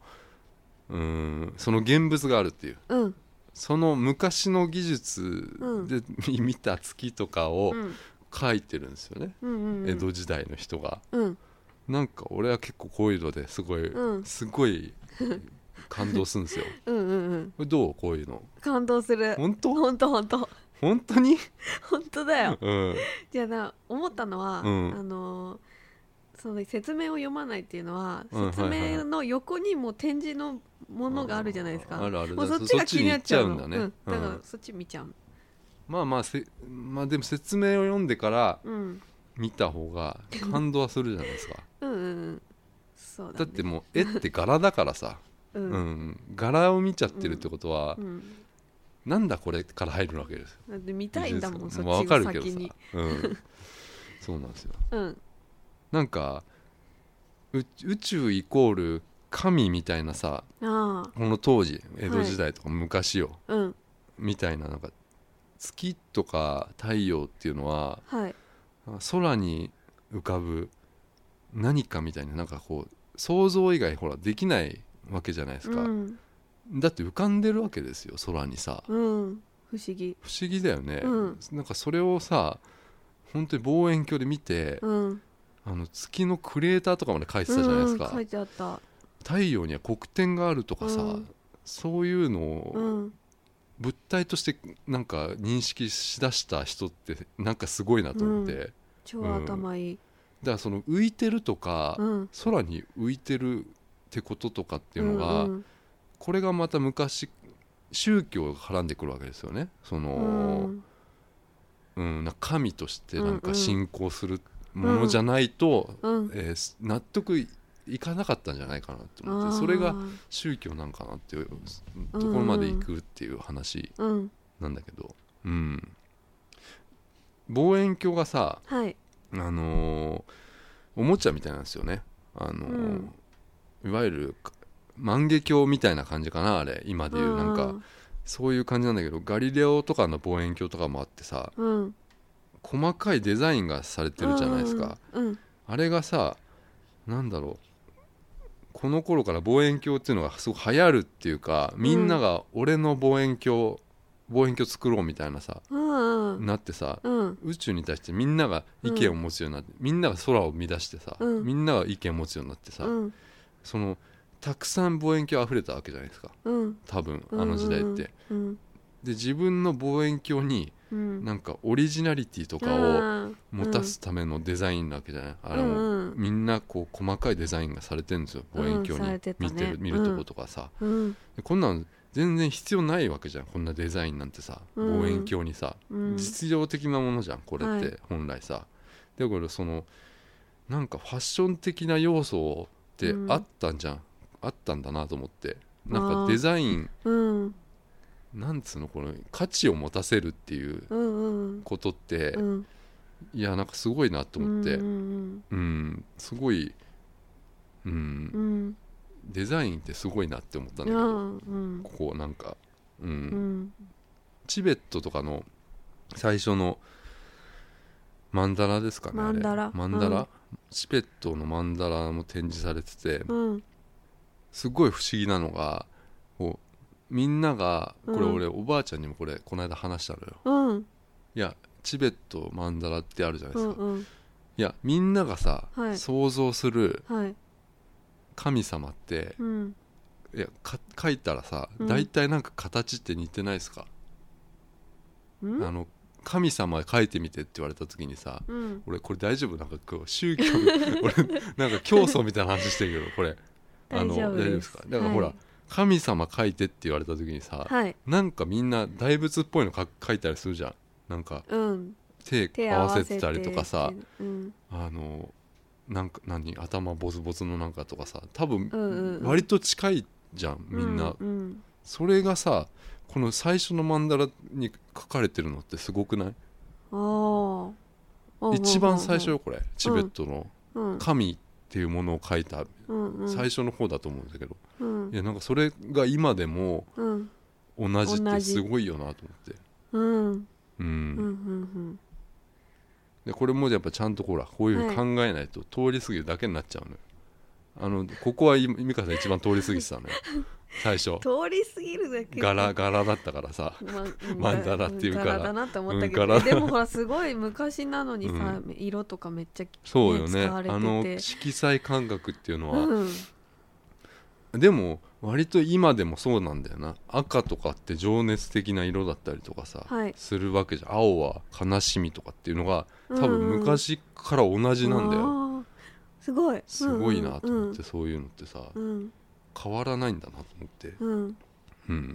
現物があるっていう、その昔の技術で見た月とかを描いてるんですよね、江戸時代の人が、なんか俺は結構こういうのですごい感動するんですよ。これどう、こういうの感動する。 本当本当に本当だよ、じゃあ思ったのは、その説明を読まないっていうのは、説明の横にも展示のものがあるじゃないですか。 あるもうそっちが気になっちゃうの。 だね、 だからそっち見ちゃう。 まあでも説明を読んでから見た方が感動はするじゃないですか。 そうだね。 だってもう絵って柄だからさ、柄を見ちゃってるってことは、なんだこれから入るわけですよ。 だって見たいんだもん、そっち分かるが先に。 けどさ、そうなんですよ。なんか宇宙イコール神みたいなさ、この当時江戸時代とか昔よ、みたいな、なんか月とか太陽っていうのは、空に浮かぶ何かみたいな、なんかこう想像以外ほらできないわけじゃないですか、だって浮かんでるわけですよ空にさ、不思議だよね、なんかそれをさ本当に望遠鏡で見て、月のクレーターとかまで書いてたじゃないですか、 書いてあった。 太陽には黒点があるとかさ、そういうのを物体としてなんか認識しだした人ってなんかすごいなと思って、 超頭いい。 だからその浮いてるとか、空に浮いてるってこととかっていうのが、これがまた昔宗教が絡んでくるわけですよね。その、なんか神としてなんか信仰するものじゃないと、納得いかなかったんじゃないかなと思って、それが宗教なんかなっていうところまで行くっていう話なんだけど、望遠鏡がさ、おもちゃみたいなんですよね。いわゆる万華鏡みたいな感じかな、あれ今でいうなんかそういう感じなんだけど、ガリレオとかの望遠鏡とかもあってさ、細かいデザインがされてるじゃないですか、あれがさ、なんだろう、この頃から望遠鏡っていうのがすごく流行るっていうか、みんなが俺の望遠鏡作ろうみたいなさ、なってさ、宇宙に対してみんなが意見を持つようになって、みんなが空を見出してさ、みんなが意見を持つようになってさ、そのたくさん望遠鏡あふれたわけじゃないですか、多分あの時代って、で自分の望遠鏡になんかオリジナリティとかを持たすためのデザインなわけじゃない、あれもみんなこう細かいデザインがされてるんですよ、望遠鏡に見るとことかさ、こんなん全然必要ないわけじゃんこんなデザインなんてさ、望遠鏡にさ、実用的なものじゃんこれって本来さ、だからそのなんかファッション的な要素ってあったんじゃん、あったんだなと思って、なんかデザイン、なんつうのこの価値を持たせるっていうことって、いやなんかすごいなと思って、すごい、デザインってすごいなって思ったんだけど、ここなんか、チベットとかの最初のマンダラですかね、マンダラ、チベットのマンダラも展示されてて、すごい不思議なのがこうみんながこれ、俺おばあちゃんにもこの間話したのよ、いやチベットマンダラってあるじゃないですか、いやみんながさ、想像する神様って、いや描いたらさ、大体なんか形って似てないですか、神様描いてみてって言われた時にさ、俺これ大丈夫、なんかこう宗教俺なんか教祖みたいな話してるけどこれ大丈夫ですか。だからほら、神様描いてって言われた時にさ、なんかみんな大仏っぽいの描いたりするじゃん、なんか、手合わせてたりとかさ、なんか頭ボツボツのなんかとかさ、多分割と近いじゃんみんな、それがさこの最初のマンダラに書かれてるのってすごくない？一番最初よこれ、チベットの神っていうものを書いた最初の方だと思うんだけど、いやなんかそれが今でも同じってすごいよなと思って、でこれもやっぱちゃんとほらこういうふうに考えないと通り過ぎるだけになっちゃうのよ、ここは美香さん一番通り過ぎてたのよ最初通り過ぎるだけ柄だったからさ、マンダラっていうから柄だなって思ったけど、でもほらすごい昔なのにさ、色とかめっちゃ、 そうよね、 使われてて色彩感覚っていうのは、でも割と今でもそうなんだよな。赤とかって情熱的な色だったりとかさ、するわけじゃん。青は悲しみとかっていうのが多分昔から同じなんだよ、 すごいすごいなと思って、そういうのってさ、変わらないんだなと思って、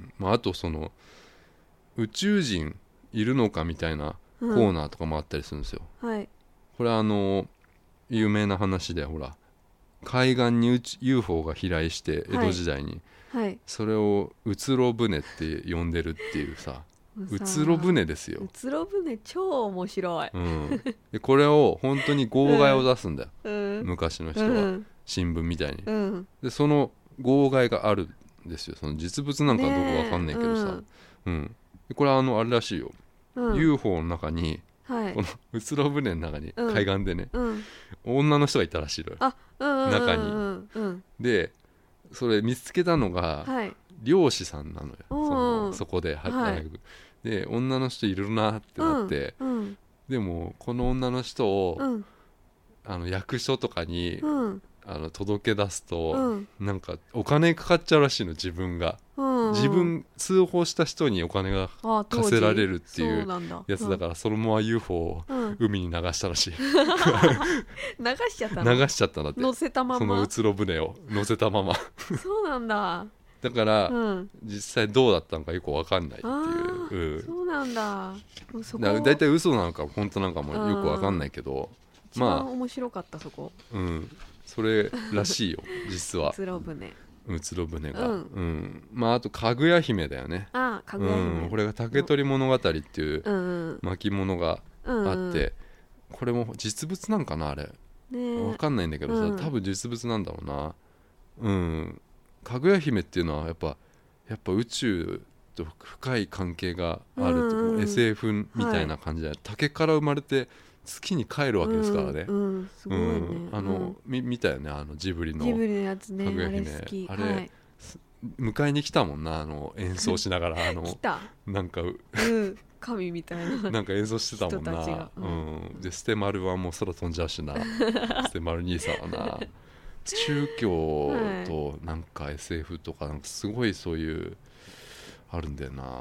まあ、あとその宇宙人いるのかみたいなコーナーとかもあったりするんですよ、これ有名な話で、ほら海岸にUFO が飛来して江戸時代に、それをうつろ船って呼んでるっていうさ、うつろ船ですよ。 うつろ船超面白い、 でこれを本当に号外を出すんだよ、昔の人は、新聞みたいに、でその号外があるんですよ。その実物なんかどこか分かんないけどさ、でこれはあれらしいよ、UFO の中に、このうつろ船の中に、海岸でね、女の人がいたらしいのよ、中に、でそれ見つけたのが、漁師さんなのよ、そこで働く、で女の人いるなってなって、でもこの女の人を、役所とかに、届け出すと、なんかお金かかっちゃうらしいの、自分が、自分通報した人にお金が課せられるっていうやつだから、そのまま UFO を海に流したらしい流しちゃったの、 流しちゃったんだって、 乗せたまま、 そのうつろ船を乗せたままそうなんだ、 だから、実際どうだったのかよく分かんないっていう、 そうなんだ、 だいたい嘘なのか本当なのかもよく分かんないけど、 一番面白かったそこ、 それらしいよ実はうつろ船が、まああとかぐや姫だよね。 かぐや姫、 これが竹取物語っていう巻物があって、これも実物なんかな、あれ分かんないんだけどさ、多分実物なんだろうな。かぐや姫っていうのはやっぱ宇宙と深い関係がある、SF みたいな感じで、竹から生まれて月に帰るわけですからね。 すごいね。 見たよね、ジブリのやつね、 かぐや姫、あれ迎えに来たもんな、演奏しながら来た、 なんか神みたいななんか演奏してたもんな。でステマルはもう空飛んじゃうしなステマル兄さんはな宗教となんか SF とかなんかすごいそういうあるんだよな。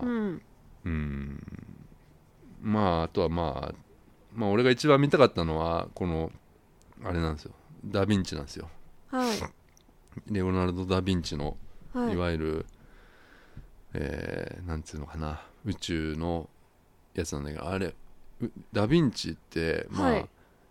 まああとはまあ俺が一番見たかったのはこのあれなんですよ、ダ・ヴィンチなんですよ。レオナルド・ダ・ヴィンチのいわゆるなんていうのかな、宇宙のやつなんだけど、あれダヴィンチってまあ、はい、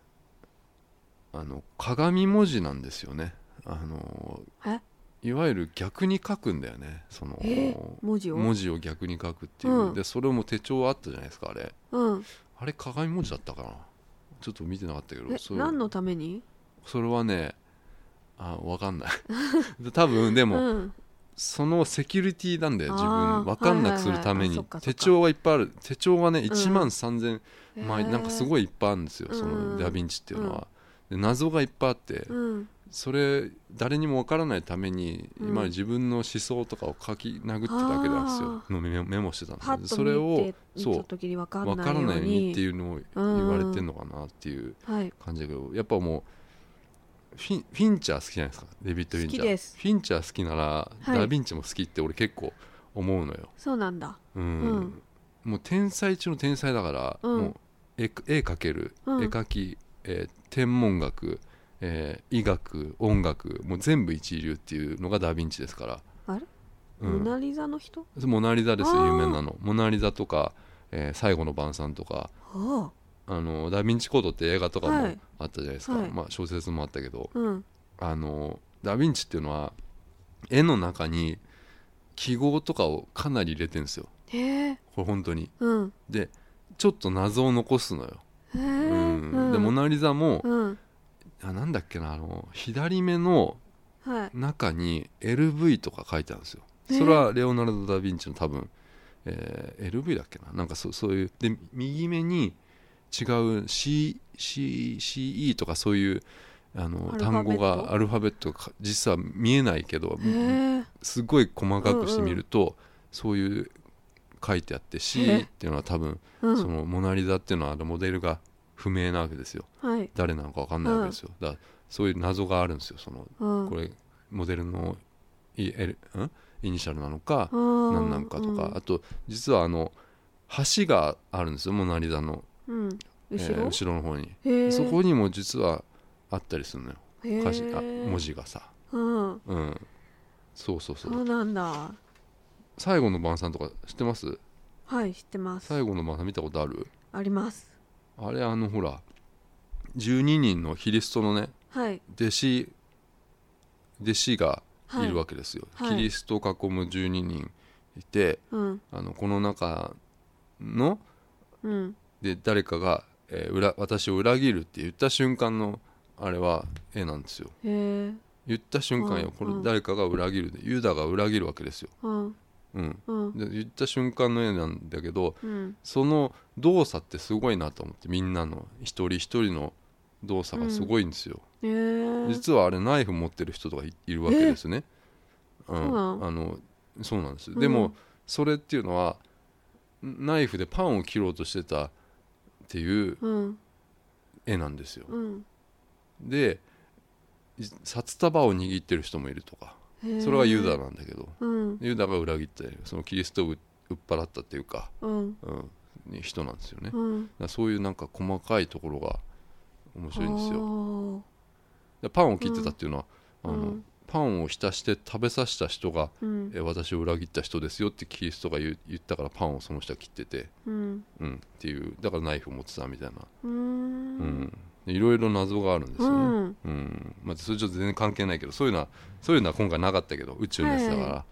鏡文字なんですよね。いわゆる逆に書くんだよね、その文字を逆に書くっていう、でそれも手帳あったじゃないですか、あれ、あれ鏡文字だったかな、ちょっと見てなかったけど、 何のために？ それはね、分かんない多分でも、そのセキュリティなんだよ、自分分かんなくするために。手帳がいっぱいある。手帳がね1万3000枚、なんかすごいいっぱいあるんですよ、そのダヴィンチっていうのは。で謎がいっぱいあって、それ誰にも分からないために今自分の思想とかを書き殴ってたわけなんですよ、のメモしてたんで、それをそう分からないようにっていうのを言われてんのかなっていう感じだけど、やっぱもうフィンチャー好きじゃないですか、デビッド・フィンチャー。フィンチャー好きなら、ダヴィンチも好きって俺結構思うのよ。 そうなんだ。 もう天才中の天才だから、もう絵描ける、絵描き、天文学、医学、音楽、もう全部一流っていうのがダヴィンチですから。 あれ、モナリザの人？ モナリザですよ、有名なの。モナリザとか、最後の晩餐とか、ダヴィンチコードって映画とかもあったじゃないですか、まあ、小説もあったけど、ダヴィンチっていうのは絵の中に記号とかをかなり入れてるんですよ、これ本当に、でちょっと謎を残すのよ、でモナリザも、なんだっけな、左目の中に LV とか書いてあるんですよ。それはレオナルド・ダ・ヴィンチの多分、LV だっけな、なんかそういうで、右目に違う CE とかそういう単語が、アルファベットが実は見えないけど、すごい細かくしてみると、そういう書いてあって、 C っていうのは多分、そのモナリザっていうのはモデルが不明なわけですよ、誰なのか分かんないわけですよ。だからそういう謎があるんですよ。その、これモデルのイニシャルなのか何なのかとか、あと実は橋があるんですよ、モナリザの、後ろの方に。そこにも実はあったりするのよ、文字がさ、そうそうそう。 そうなんだ。 最後の晩餐とか知ってます？ はい、知ってます。 最後の晩餐見たことある？ あります。 あれほら12人のキリストのね、弟子がいるわけですよ、キリストを囲む12人いて、この中の、で誰かが、私を裏切るって言った瞬間のあれは絵なんですよ。言った瞬間よ、これ誰かが裏切るで、ユダが裏切るわけですよ、で言った瞬間の絵なんだけど、その動作ってすごいなと思って、みんなの一人一人の動作がすごいんですよ、実はあれナイフ持ってる人とか いるわけですね、そうなんです、でもそれっていうのはナイフでパンを切ろうとしてたっていう絵なんですよ、で札束を握ってる人もいるとか、それはユダなんだけど、ユダが裏切ってそのキリストを売っ払ったっていうか、人なんですよね、だそういうなんか細かいところが面白いんですよ。でパンを切ってたっていうのは、パンを浸して食べさせた人が、私を裏切った人ですよってキリストが言ったからパンをその人は切ってて、っていう、だからナイフを持ってたみたいな、いろいろ謎があるんですよね、まあ、それちょっと全然関係ないけど、そういうのは今回なかったけど、宇宙のやつだから、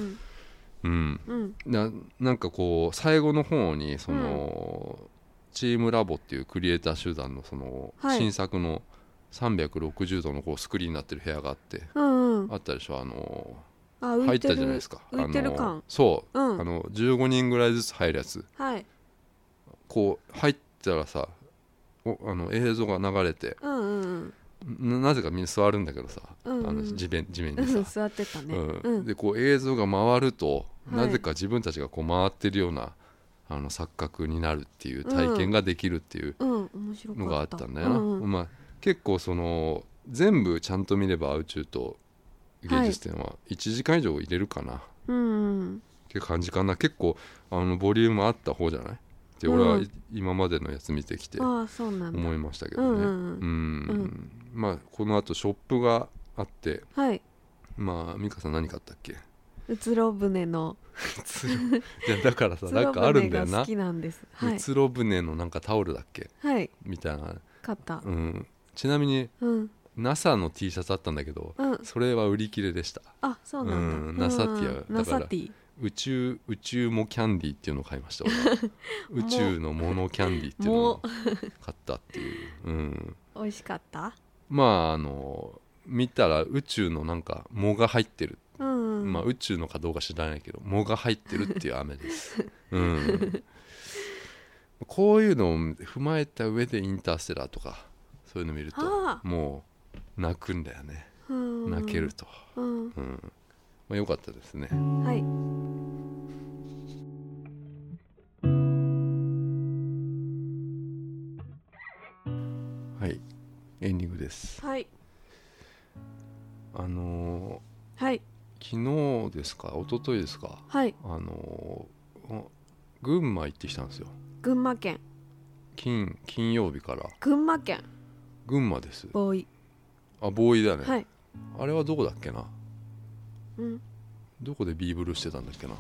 なんかこう最後の方にその、チームラボっていうクリエイター集団のその新作の360度のこうスクリーンになってる部屋があって、あったでしょ、入ったじゃないですか、 浮いてる感、 そう、15人ぐらいずつ入るやつ、こう入ったらさ、映像が流れて、なぜかみんな座るんだけどさ、地面にさ、 座ってたね、 でこう映像が回ると、なぜか自分たちがこう回ってるような錯覚になるっていう体験ができるっていうのがあったんだよな、まあ、結構その全部ちゃんと見れば宇宙と芸術展は1時間以上入れるかな、っていう感じかな。結構ボリュームあった方じゃないって俺は今までのやつ見てきて思いましたけどね。まあこのあとショップがあって、まあ美香さん何買ったっけ？ うつろ船のいやだからさなんかあるんだよな。 好きなんです、はい、 うつろ船のなんかタオルだっけ、 はい、 みたいな買った、 うん、ちなみに、うん、NASA の T シャツあったんだけど、うん、それは売り切れでした。 あ、そうなんだ、うん、 NASA ティアだから宇宙もキャンディーっていうのを買いました俺は宇宙のモノキャンディーっていうのを買ったっていう、うん、 美味しかった。 まあ見たら宇宙のなんか藻が入ってる、 うんうん、 まあ宇宙のかどうか知らないけど藻が入ってるっていう飴です、うん、こういうのを踏まえた上でインターステラーとかそういうの見るともう泣くんだよね、うん、泣けると、うんうん、まあ、よかったですね。 はい。 はい、エンディングです。 はい。 はい、昨日ですか一昨日ですか、 はい、 群馬行ってきたんですよ。 群馬県金曜日から。 群馬県群馬です。 ボーイ。 あ、ボーイだね、 はい、 あれはどこだっけな、 うん、 どこでビーブルしてたんだっけな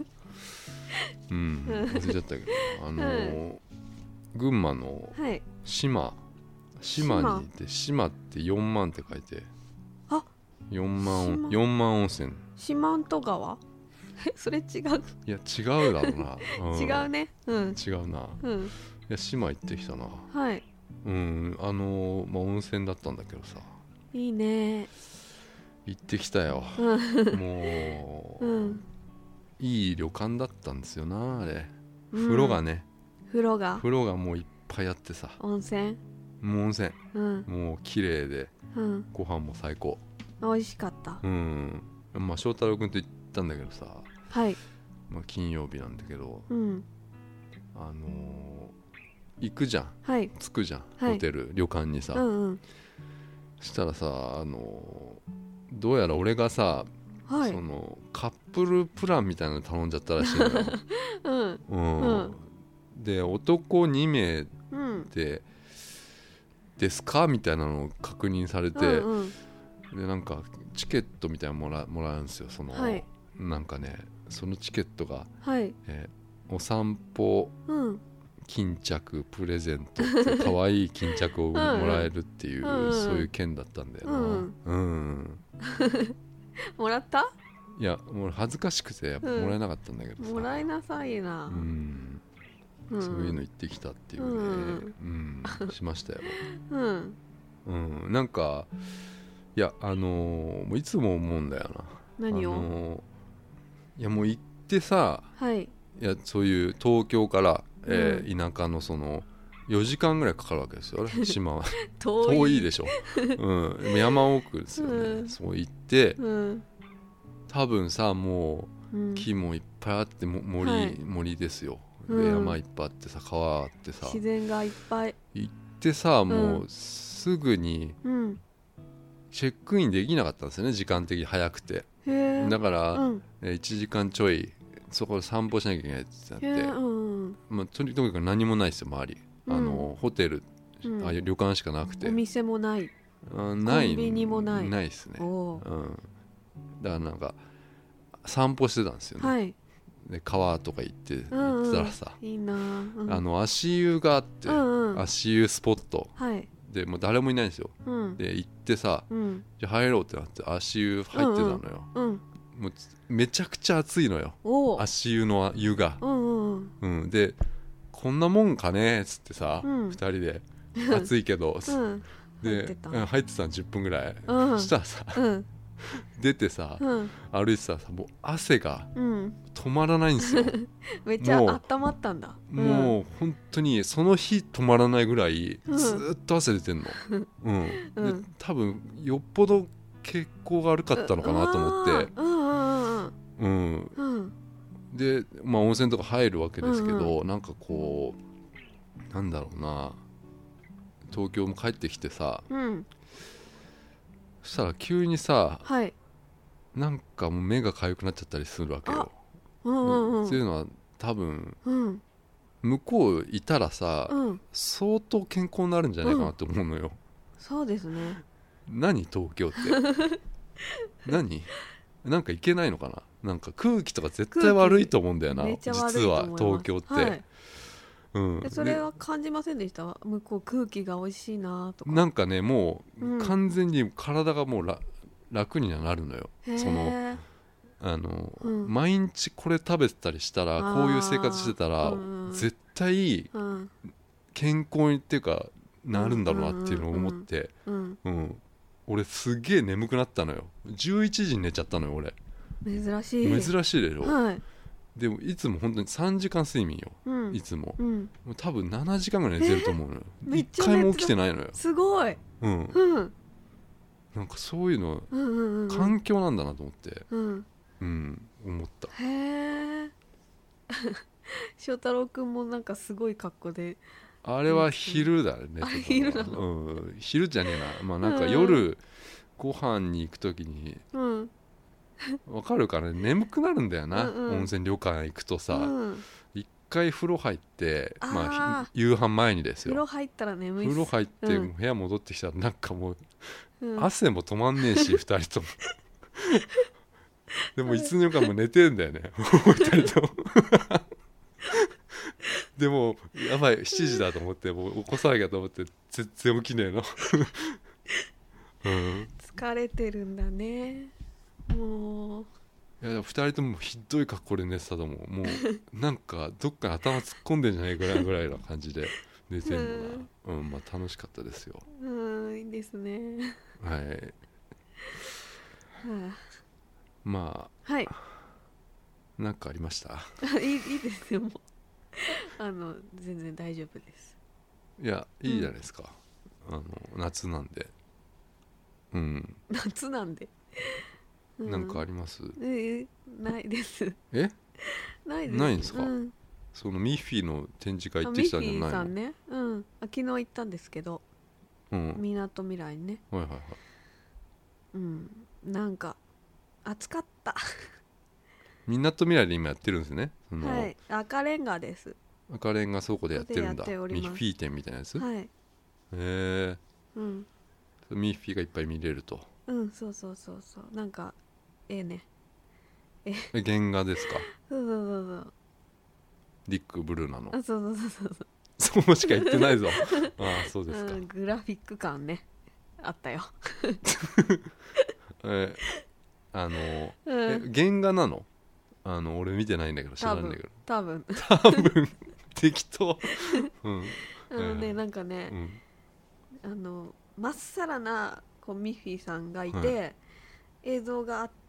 うん忘れちゃったけど群馬の島に行って島って4万って書いて4万温泉。 四万十川それ違う。 いや違うだろうな、 うん、違うね、うん、 違うな、うん、いや島行ってきたな。 はい、 うん、まあ、温泉だったんだけどさ、 いいね。 行ってきたよ、もう、うん、いい旅館だったんですよなあれ、うん、風呂がもういっぱいあってさ、 温泉、 もう綺麗で、うん、ご飯も最高、 美味しかった。 うん、まあ翔太郎君と行ったんだけどさ、 はい、 まあ、金曜日なんだけど、 うん、 行くじゃん、 はい、 着くじゃん、 はい、 ホテル旅館にさ、 うんうん、 したらさどうやら俺がさ、はい、そのカップルプランみたいなの頼んじゃったらしいのよ、 うんうんうん、で男2名で、ですかみたいなのを確認されて、うんうん、でなんかチケットみたいなのもらうんですよ。その、はい、なんかねそのチケットが、 はい、 お散歩、巾着プレゼントって可愛い巾着をもらえるっていう、うんうん、そういう件だったんだよな、うんうん、 もらった？ いやもう恥ずかしくてもらえなかったんだけどさ、 もらいなさいな、 うんうん、そういうの行ってきたっていうね、うんうん、しましたよ、 うんうん、なんかいやもういつも思うんだよな。 何を？ いやもう行ってさ、 はい、 いやそういう東京から田舎のその4時間ぐらいかかるわけですよ島は遠いでしょ、うん、山奥ですよね、うん、そう行って、うん、多分さもう木もいっぱいあって森ですよ、で山いっぱいあってさ川あってさ自然がいっぱい行ってさ、もうすぐにチェックインできなかったんですよね、時間的に早くて。だから、1時間ちょいそこで散歩しなきゃいけないってなって、まあ、とにかく何もないですよ周り、ホテル、旅館しかなくて、 お店もない、 コンビニもないですね、だからなんか散歩してたんですよね、はい、で川とか行ってたらさ、 いいな、 足湯があって、足湯スポット、でもう誰もいないんですよ、で行ってさ、じゃあ入ろうってなって足湯入ってたのよ、もうめちゃくちゃ暑いのよ足湯の湯が、でこんなもんかねっつってさ、2人で暑いけど、で入ってたの10分ぐらい、そしたらさ、出てさ、歩いてたらさ、もう汗が止まらないんですよめっちゃ温まったんだ。 もう本当にその日止まらないぐらいずっと汗出てんの、で多分よっぽど血行が悪かったのかなと思って、で、まあ、温泉とか入るわけですけど、なんかこうなんだろうな、東京も帰ってきてさ、そしたら急にさ、なんかもう目が痒くなっちゃったりするわけよ、そういうのは多分、向こういたらさ、相当健康になるんじゃないかなって思うのよ、 そうですね。 何東京って何なんか行けないのかな。 なんか空気とか絶対悪いと思うんだよな、 実は東京って、 はいそれは感じませんでした？向こう空気が美味しいなとか。 なんかねもう完全に体がもう楽にはなるのよ。その毎日これ食べてたりしたら、こういう生活してたら、絶対健康にっていうかなるんだろうなっていうのを思って、俺すげえ眠くなったのよ。11時に寝ちゃったのよ俺。 珍しいでしょ、はい、でもいつも本当に3時間睡眠よ、いつも、もう多分7時間ぐらい寝てると思うのよ、1回も起きてないのよ。 すごい、 なんかそういうの、環境なんだなと思って、思った。 へえ翔太郎くんもなんかすごい格好で。 あれは昼だね、 昼なの、 昼じゃねえな、まあなんか夜ご飯に行くときに、わかるかな、眠くなるんだよな、温泉旅館行くとさ、一回風呂入って、まあ夕飯前にですよ。 風呂入ったら眠いっす。 風呂入って部屋戻ってきたらなんかもう、汗も止まんねえし2人ともでもいつの間にかもう寝てるんだよね2人ともでもやばい7時だと思って、もう起こさなきゃと思って全然起きねえの疲れてるんだね。もういや2人ともひどい格好で寝てたと思う。もうなんかどっかに頭突っ込んでんじゃないぐらいな感じで寝てるのが、まあ楽しかったですよ。 いいですね。 はい、まあ、 はい、 なんかありましたいいですよ、もう全然大丈夫です。 いや、いいじゃないですか、夏なんで。 夏なんでなんかあります？ ないです。 ないんですか？そのミッフィーの展示会行ってきたんじゃないの？ ミッフィーさんね、昨日行ったんですけど、みなとみらいね。なんか暑かったみなとみらいで今やってるんですね。 はい、赤レンガです。 赤レンガ倉庫でやってるんだ。ミッフィー展みたいなやつ。 はい。 ミッフィーがいっぱい見れると。 そうなんかね。 原画ですか？ そうディック・ブルーナの。 そうしか言ってないぞああそうですか。 グラフィック感ねあったよ原画なの？俺見てないんだけど知らないんだけど。 多分適当なんかね、まっさらなこうミッフィーさんがいて、映像があって、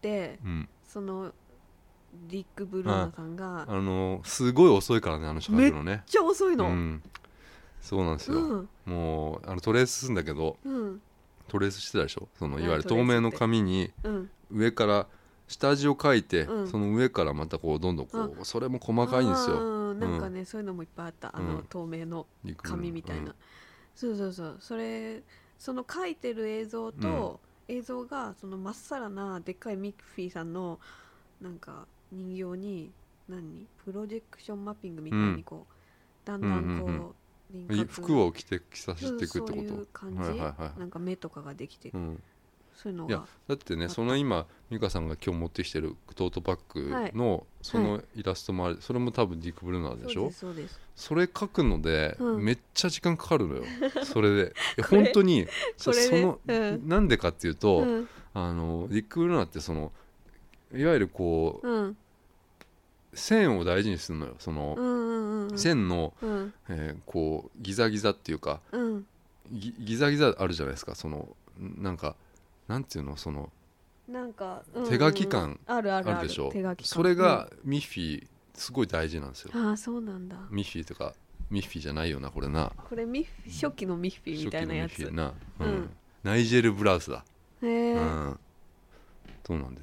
そのディック・ブルーナさんがすごい遅いからね、人描くのね。 めっちゃ遅いの、 そうなんですよ、もうトレースするんだけど、トレースしてたでしょ、そのいわゆる透明の紙に上から下地を描いて、その上からまたこうどんどんこう、それも細かいんですよ。 なんかね、そういうのもいっぱいあった。透明の紙みたいな、その描いてる映像と、映像がそのまっさらなでっかいミッフィーさんのなんか人形にプロジェクションマッピングみたいにこう、だんだんこう服を着させていくってこと。 そういう感じ、なんか目とかができてる、そういうのが。 いやだってね、その今美香さんが今日持ってきてるトートバッグのそのイラストもある、それも多分ディック・ブルーナーでしょ。 そうです。 それ描くのでめっちゃ時間かかるのよそれで本当になんでかっていうと、ディック・ブルーナーってそのいわゆるこう、線を大事にするのよ。その、線の、こうギザギザっていうか、ギザギザあるじゃないですか。そのなんていうの、そのなんか、 手書き感あるでしょ。それがミッフィーすごい大事なんですよ。 ああそうなんだ。 ミッフィーとかミッフィーじゃないよなこれな。 これ初期のミッフィーみたいなやつ。 初期のミッフィーな、ナイジェル・ブラウスだ。 へえ、 そうなんです。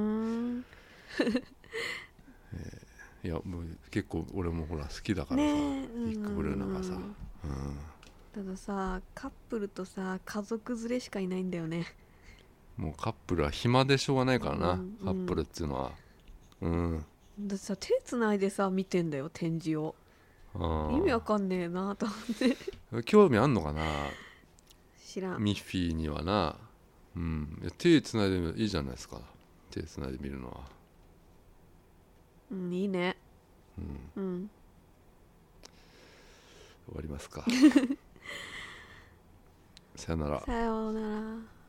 いやもう結構俺もほら好きだからさ、ディック・ブルーナがさ、 たださ、カップルとさ家族連れしかいないんだよね。 もうカップルは暇でしょうがないからな、カップルっていうのは。 だってさ、手つないでさ見てんだよ展示を。意味わかんねえなと思って興味あんのかな、 知らん。 ミッフィーにはな。手つないでいいじゃないですか、手つないで見るのは。 うん、いいね。 うん、 うん、 終わりますかさよなら。 さようなら。